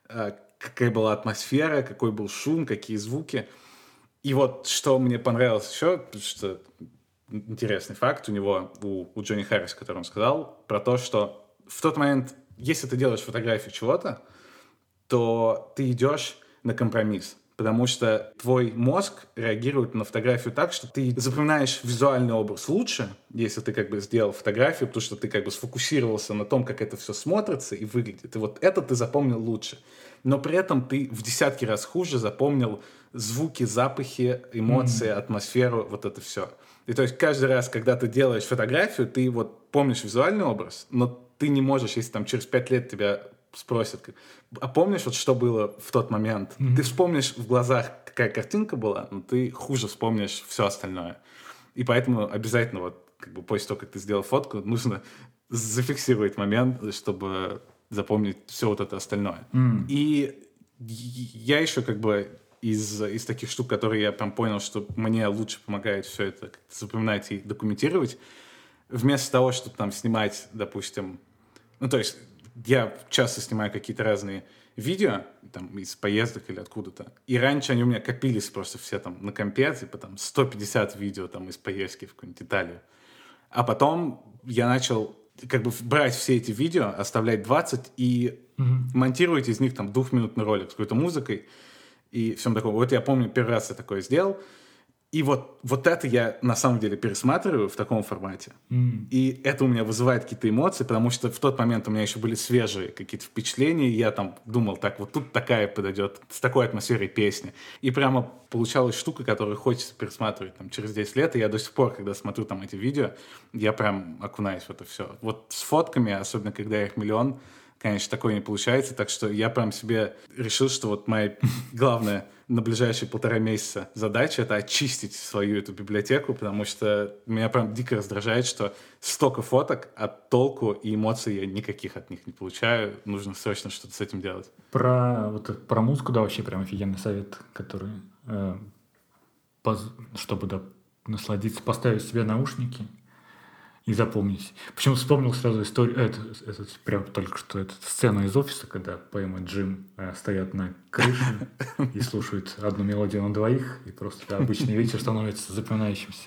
какая была атмосфера, какой был шум, какие звуки. И вот что мне понравилось еще, потому что интересный факт у него, у, у Джонни Харриса, который он сказал, про то, что в тот момент, если ты делаешь фотографию чего-то, то ты идешь на компромисс. Потому что твой мозг реагирует на фотографию так, что ты запоминаешь визуальный образ лучше, если ты как бы сделал фотографию, потому что ты как бы сфокусировался на том, как это все смотрится и выглядит. И вот это ты запомнил лучше. Но при этом ты в десятки раз хуже запомнил звуки, запахи, эмоции, mm. атмосферу, вот это все. И то есть каждый раз, когда ты делаешь фотографию, ты вот помнишь визуальный образ, но ты не можешь, если там через пять лет тебя спросят, как, а помнишь, вот что было в тот момент? Mm-hmm. Ты вспомнишь в глазах, какая картинка была, но ты хуже вспомнишь все остальное. И поэтому обязательно вот как бы после того, как ты сделал фотку, нужно зафиксировать момент, чтобы запомнить все вот это остальное. Mm. И я еще как бы из, из таких штук, которые я прям понял, что мне лучше помогает все это запоминать и документировать, вместо того, чтобы там снимать, допустим, ну то есть я часто снимаю какие-то разные видео там, из поездок или откуда-то. И раньше они у меня копились просто все там на компе, типа там сто пятьдесят видео там из поездки в какую-нибудь Италию. А потом я начал как бы брать все эти видео, оставлять двадцать и mm-hmm. монтировать из них там двухминутный ролик с какой-то музыкой и всем такое. Вот я помню, первый раз я такое сделал. И вот, вот это я на самом деле пересматриваю в таком формате. Mm. И это у меня вызывает какие-то эмоции, потому что в тот момент у меня еще были свежие какие-то впечатления, и я там думал, так, вот тут такая подойдет, с такой атмосферой песня. И прямо получалась штука, которую хочется пересматривать там, через десять лет, и я до сих пор, когда смотрю там эти видео, я прям окунаюсь в это все. Вот с фотками, особенно когда их миллион, конечно, такое не получается, так что я прям себе решил, что вот моя главная на ближайшие полтора месяца задача — это очистить свою эту библиотеку, потому что меня прям дико раздражает, что столько фоток, а толку и эмоций я никаких от них не получаю. Нужно срочно что-то с этим делать. Про, вот, про музыку, да, вообще прям офигенный совет, который, э, поз, чтобы да, насладиться, поставить себе наушники и запомнить. Почему вспомнил сразу историю, это, это прям только что эту сцену из «Офиса», когда Пэм и Джим э, стоят на крыше и слушают одну мелодию на двоих, и просто да, обычный вечер становится запоминающимся.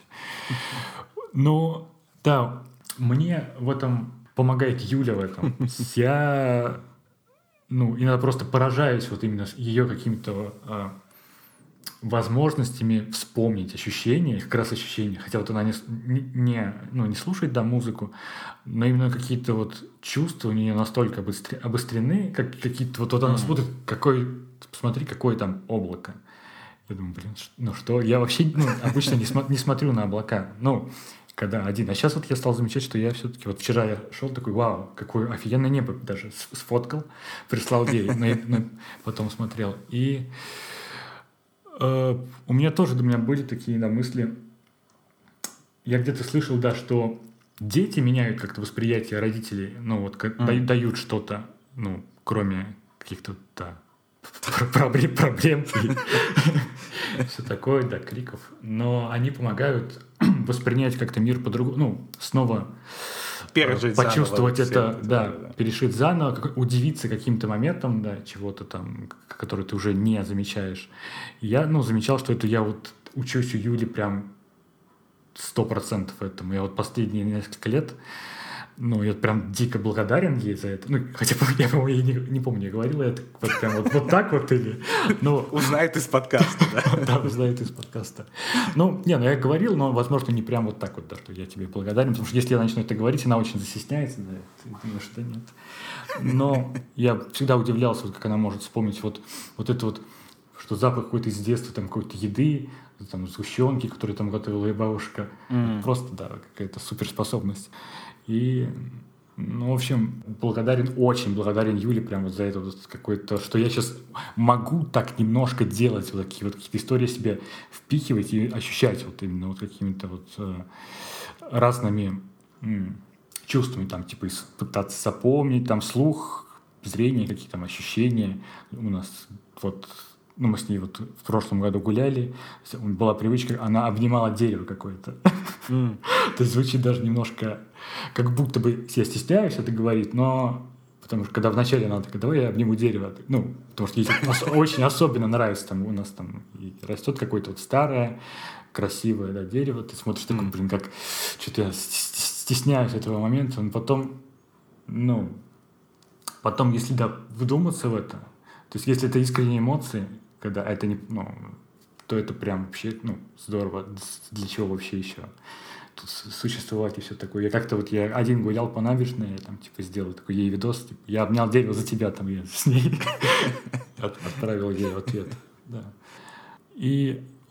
Ну, да, мне в этом помогает Юля в этом. Я, ну, иногда просто поражаюсь вот именно ее какими-то э, возможностями вспомнить ощущения, как раз ощущения, хотя вот она не, не, ну, не слушает, да, музыку, но именно какие-то вот чувства у нее настолько обостр... обострены, как какие-то, вот, вот она смотрит, какой, посмотри, какое там облако. Я думаю, блин, ну что, я вообще ну, обычно не, смо... не смотрю на облака, ну, когда один, а сейчас вот я стал замечать, что я все-таки, вот вчера я шел такой, вау, какое офигенное небо, даже сфоткал, прислал ей, но я потом смотрел, и Uh, у меня тоже у меня были такие да, мысли. Я где-то слышал, да, что дети меняют как-то восприятие родителей, ну вот как, mm. дают что-то, ну кроме каких-то да, проблем, проблем и все такое, да, криков. Но они помогают воспринять как-то мир по-другому, ну снова пережить почувствовать заново, это, да, да, пережить заново, как, удивиться каким-то моментом, да, чего-то там, который ты уже не замечаешь. Я, ну, замечал, что это я вот учусь у Юли прям сто процентов этому. Я вот последние несколько лет, ну, я прям дико благодарен ей за это. Ну, хотя, я, по-моему, я не, не помню, я говорил это вот прям вот, вот так вот или... Ну, узнает из подкаста, да? Да, узнает из подкаста. Ну, не, ну я говорил, но, возможно, не прям вот так вот, да, что я тебе благодарен, потому что если я начну это говорить, она очень застесняется, да, ты думаешь, что нет. Но я всегда удивлялся, вот, как она может вспомнить вот, вот это вот, что запах какой-то из детства, там, какой-то еды, там, сгущенки, которые там готовила ее бабушка. Mm. Просто, да, какая-то суперспособность. И, ну, в общем, благодарен, очень благодарен Юле прям вот за это вот какое-то, что я сейчас могу так немножко делать, вот такие вот какие-то истории себе впихивать и ощущать вот именно вот какими-то вот э, разными м, чувствами, там, типа, пытаться запомнить, там, слух, зрение, какие-то там ощущения. У нас вот... Ну, мы с ней вот в прошлом году гуляли, была привычка, она обнимала дерево какое-то. Mm. То есть звучит даже немножко, как будто бы я стесняюсь это говорить, но потому что когда вначале она такая, давай я обниму дерево. Ну, потому что ей очень особенно нравится, там у нас там растет какое-то вот старое, красивое да, дерево, ты смотришь такой, блин, как что-то я стесняюсь этого момента, но потом, ну, потом, если да, вдуматься в это, то есть если это искренние эмоции, когда это не, ну, то это прям вообще, ну, здорово. Для чего вообще еще тут существовать и все такое. Я как-то вот, я один гулял по набережной, я там, типа, сделал такой ей видос, типа, я обнял дерево за тебя, там, я с ней отправил ей ответ, да. И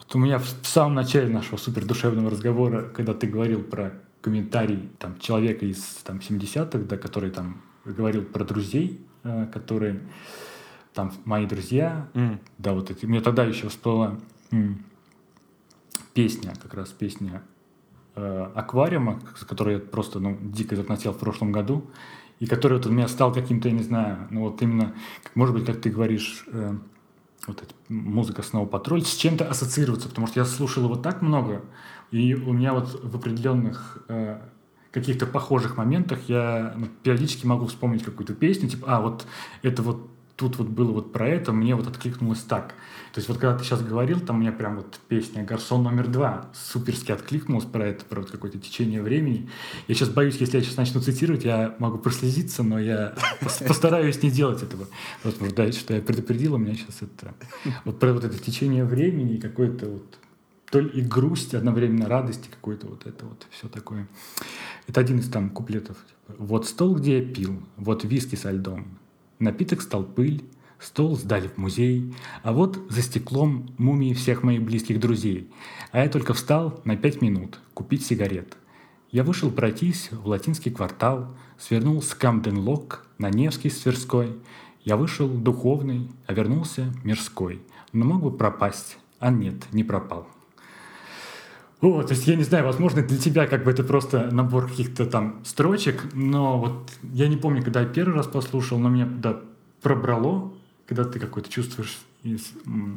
Вот у меня в, в самом начале нашего супердушевного разговора, когда ты говорил про комментарий там, человека из там, семидесятых, да, который там говорил про друзей, э, которые там мои друзья, mm. да, вот эти. Мне тогда еще всплыла м, песня, как раз песня э, «Аквариума», с которой я просто ну, дико запнотел в прошлом году, и который вот у меня стал каким-то, я не знаю, ну вот именно, может быть, как ты говоришь, э, вот эта музыка «Snow Patrol» с чем-то ассоциироваться, потому что я слушал его так много, и у меня вот в определенных э, каких-то похожих моментах я ну, периодически могу вспомнить какую-то песню, типа, а, вот это вот тут вот было вот про это, мне вот откликнулось так. То есть вот когда ты сейчас говорил, там у меня прям вот песня «Гарсон номер два» суперски откликнулась про это, про вот какое-то течение времени. Я сейчас боюсь, если я сейчас начну цитировать, я могу прослезиться, но я постараюсь не делать этого. Просто да, что я предупредил, у меня сейчас это... Вот про вот это течение времени и какое-то вот... То ли и грусть, одновременно радость, и какое-то вот это вот все такое. Это один из там куплетов. «Вот стол, где я пил, вот виски со льдом. Напиток стал пыль, стол сдали в музей, а вот за стеклом мумии всех моих близких друзей. А я только встал на пять минут купить сигарет. Я вышел пройтись в латинский квартал, свернул с Камден-Лок на Невский с Тверской. Я вышел духовный, а вернулся мирской. Но мог бы пропасть, а нет, не пропал». О, то есть я не знаю, возможно, для тебя как бы это просто набор каких-то там строчек, но вот я не помню, когда я первый раз послушал, но меня да, пробрало, когда ты какой-то чувствуешь, из,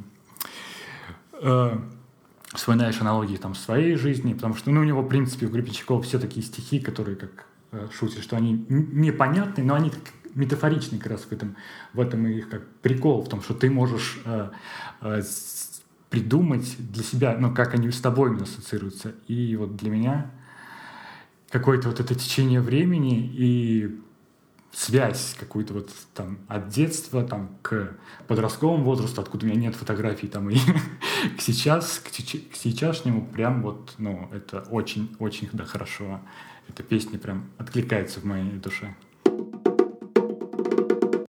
э, вспоминаешь аналогии там в своей жизни, потому что ну, у него, в принципе, у Гребенщикова все такие стихи, которые, как э, шутишь, что они непонятны, но они как метафоричны как раз в этом, в этом и их как прикол, в том, что ты можешь... Э, э, придумать для себя, ну, как они с тобой ассоциируются. И вот для меня какое-то вот это течение времени и связь какую-то вот там от детства там, к подростковому возрасту, откуда у меня нет фотографий там, и к сейчас, к, к сейчасшнему прям вот, ну, это очень-очень да, хорошо. Эта песня прям откликается в моей душе.